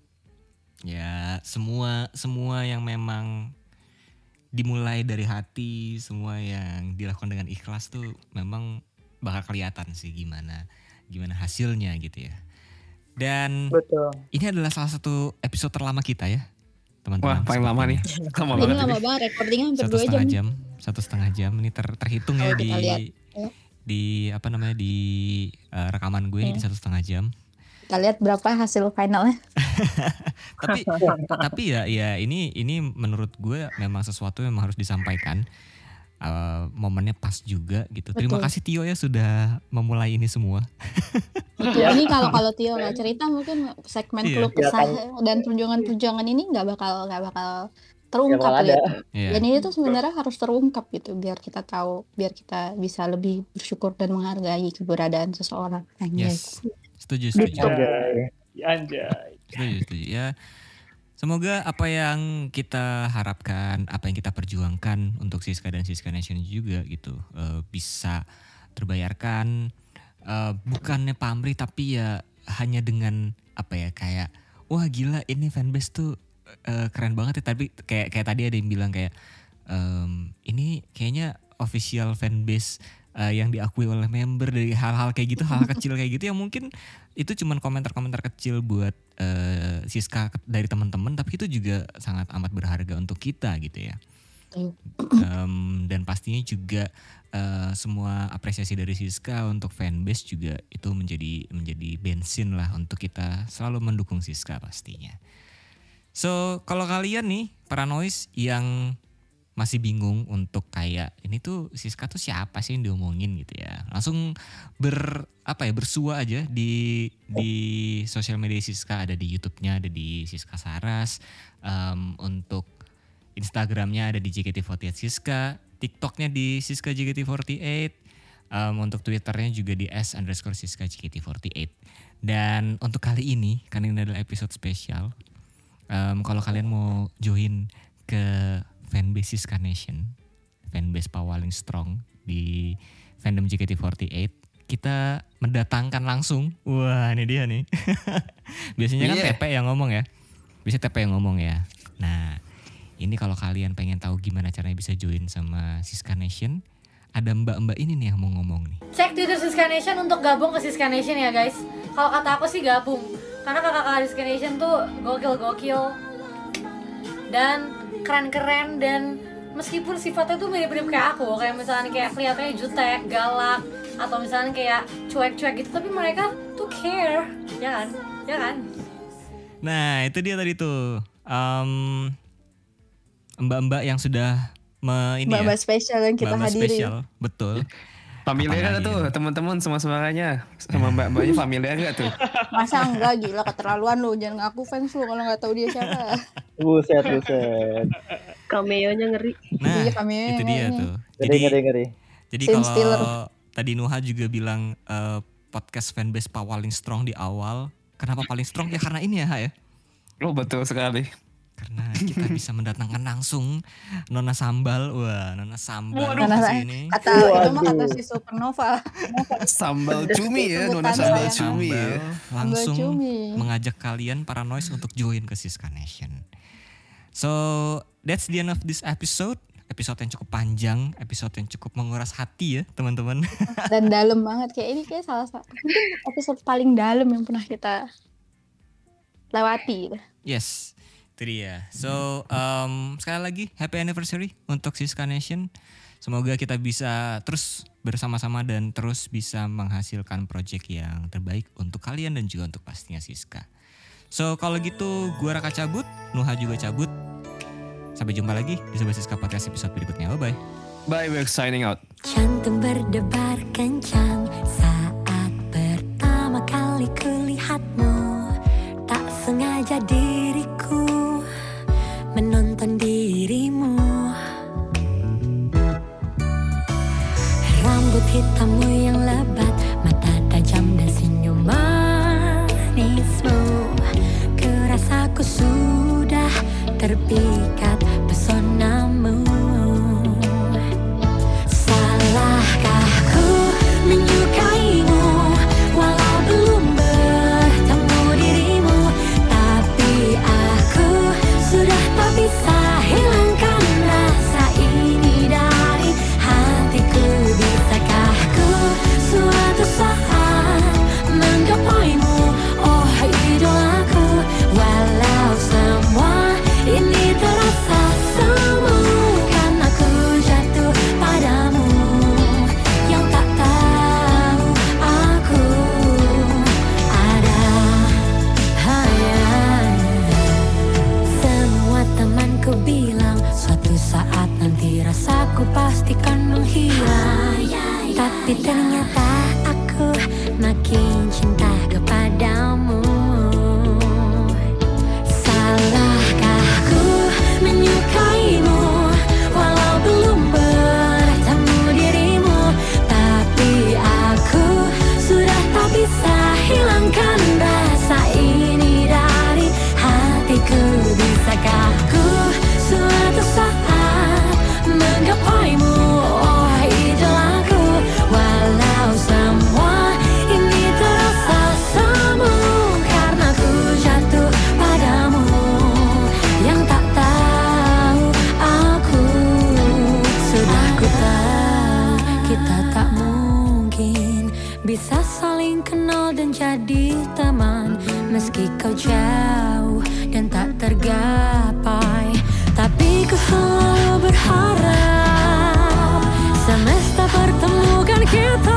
ya semua semua yang memang dimulai dari hati, semua yang dilakukan dengan ikhlas tuh memang bakal kelihatan sih gimana gimana hasilnya gitu ya. Dan Betul. ini adalah salah satu episode terlama kita ya, Wah, teman-teman. paling lama nih. Lama Ini banget lama ini. banget, recordingnya hampir Satu dua setengah jam. jam, satu setengah jam. Ini ter- terhitung ya Kalau kita lihat, di ya. di apa namanya di uh, rekaman gue ini di satu setengah jam. Kita lihat berapa hasil finalnya. Tapi tapi ya ya ini ini menurut gue memang sesuatu yang memang harus disampaikan. Uh, momennya pas juga gitu. Terima Betul. kasih Tio ya sudah memulai ini semua. Betul. Ini kalau kalau Tio nggak cerita mungkin segmen Iya. keluh kesah dan perjuangan-perjuangan ini nggak bakal nggak bakal terungkap bakal ada. gitu. Iya. Dan ini tuh sebenarnya harus terungkap gitu biar kita tahu, biar kita bisa lebih bersyukur dan menghargai keberadaan seseorang. Anjay. Yes. Setuju, setuju. Anjay. Anjay. Setuju, setuju. Ya. Semoga apa yang kita harapkan, apa yang kita perjuangkan untuk Siska dan Siska Nation juga gitu uh, bisa terbayarkan. Uh, bukannya pamrih tapi ya hanya dengan apa ya kayak wah gila ini fanbase tuh uh, keren banget ya. Tapi kayak kayak tadi ada yang bilang kayak um, ini kayaknya official fanbase uh, yang diakui oleh member dari hal-hal kayak gitu, hal kecil kayak gitu yang mungkin itu cuman komentar-komentar kecil buat uh, Siska dari teman-teman, tapi itu juga sangat amat berharga untuk kita gitu ya. Um, dan pastinya juga uh, semua apresiasi dari Siska untuk fanbase juga itu menjadi menjadi bensin lah untuk kita selalu mendukung Siska pastinya. So kalau kalian nih para noise yang masih bingung untuk kayak ini tuh Siska tuh siapa sih yang diomongin gitu ya, langsung ber apa ya bersua aja di di sosial media Siska, ada di YouTube-nya, ada di Siska Saras, um, untuk Instagramnya ada di J K T empat delapan Siska, TikToknya di Siska J K T empat delapan, um, untuk Twitternya juga di S underscore Siska J K T empat delapan. Dan untuk kali ini karena ini adalah episode spesial, um, kalau kalian mau join ke fanbase Siska Nation, fanbase paling strong di fandom J K T empat delapan, kita mendatangkan langsung. Wah ini dia nih. Biasanya kan Yeah. T P yang ngomong ya. Biasanya T P yang ngomong ya. Nah ini kalau kalian pengen tahu gimana caranya bisa join sama Siska Nation, ada mbak-mbak ini nih yang mau ngomong nih. Cek Twitter Siska Nation untuk gabung ke Siska Nation ya guys. Kalau kata aku sih gabung, karena kakak-kakak Siska Nation tuh gokil-gokil dan keren-keren, dan meskipun sifatnya tuh mirip-mirip kayak aku, kayak misalnya kayak kelihatannya jutek, galak, atau misalnya kayak cuek-cuek gitu, tapi mereka tuh care, ya kan? Ya kan? Nah itu dia tadi tuh um, mbak-mbak yang sudah me, ini Mbak-mbak ya, spesial yang kita mbak-mbak hadiri. spesial, betul. Familiar Apalagi gak tuh ya? teman-teman semua suaranya sama mbak-mbaknya familiar gak tuh? Masa enggak, gila keterlaluan lu, jangan ngaku fans lu kalau nggak tahu dia siapa. Buset, buset. Cameo-nya ngeri. Nah Iya, kami itu dia ini. tuh. Ngeri, Jadi ngeri, ngeri. jadi Scene kalau stealer. tadi Nuha juga bilang eh, podcast fanbase paling strong di awal. Kenapa paling strong ya karena ini ya Ha ya. Oh betul sekali. Karena kita bisa mendatangkan langsung Nona Sambal. Wah, Nona Sambal Karena di saya- sini. Kata itu mah Waduh. kata si Supernova. Sambal cumi ya, Nona Sebutan sambal saya. cumi ya. Langsung Sambal cumi. mengajak kalian para noise untuk join ke Siska Nation. So, that's the end of this episode. Episode yang cukup panjang, episode yang cukup menguras hati ya, teman-teman. Dan dalam banget, kayak ini kayak salah satu mungkin episode paling dalam yang pernah kita lewati. Yes, itu dia. So, um, sekali lagi happy anniversary untuk Siska Nation. Semoga kita bisa terus bersama-sama dan terus bisa menghasilkan project yang terbaik untuk kalian dan juga untuk pastinya Siska. So, kalau gitu gua Raka cabut, Nuha juga cabut. Sampai jumpa lagi di Sobat Siska Podcast episode berikutnya. Bye-bye. Bye, we're signing out. Jantung berdebar kencang saat pertama kali kulihatmu. Tak sengaja diriku menonton dirimu. Rambut hitammu yang lebat, mata tajam dan senyum manismu. Kurasaku sudah terpikat pesonamu. Salahkah ku menyukaimu walau saling kenal dan jadi teman. Meski kau jauh dan tak tergapai, tapi ku selalu berharap semesta pertemukan kita.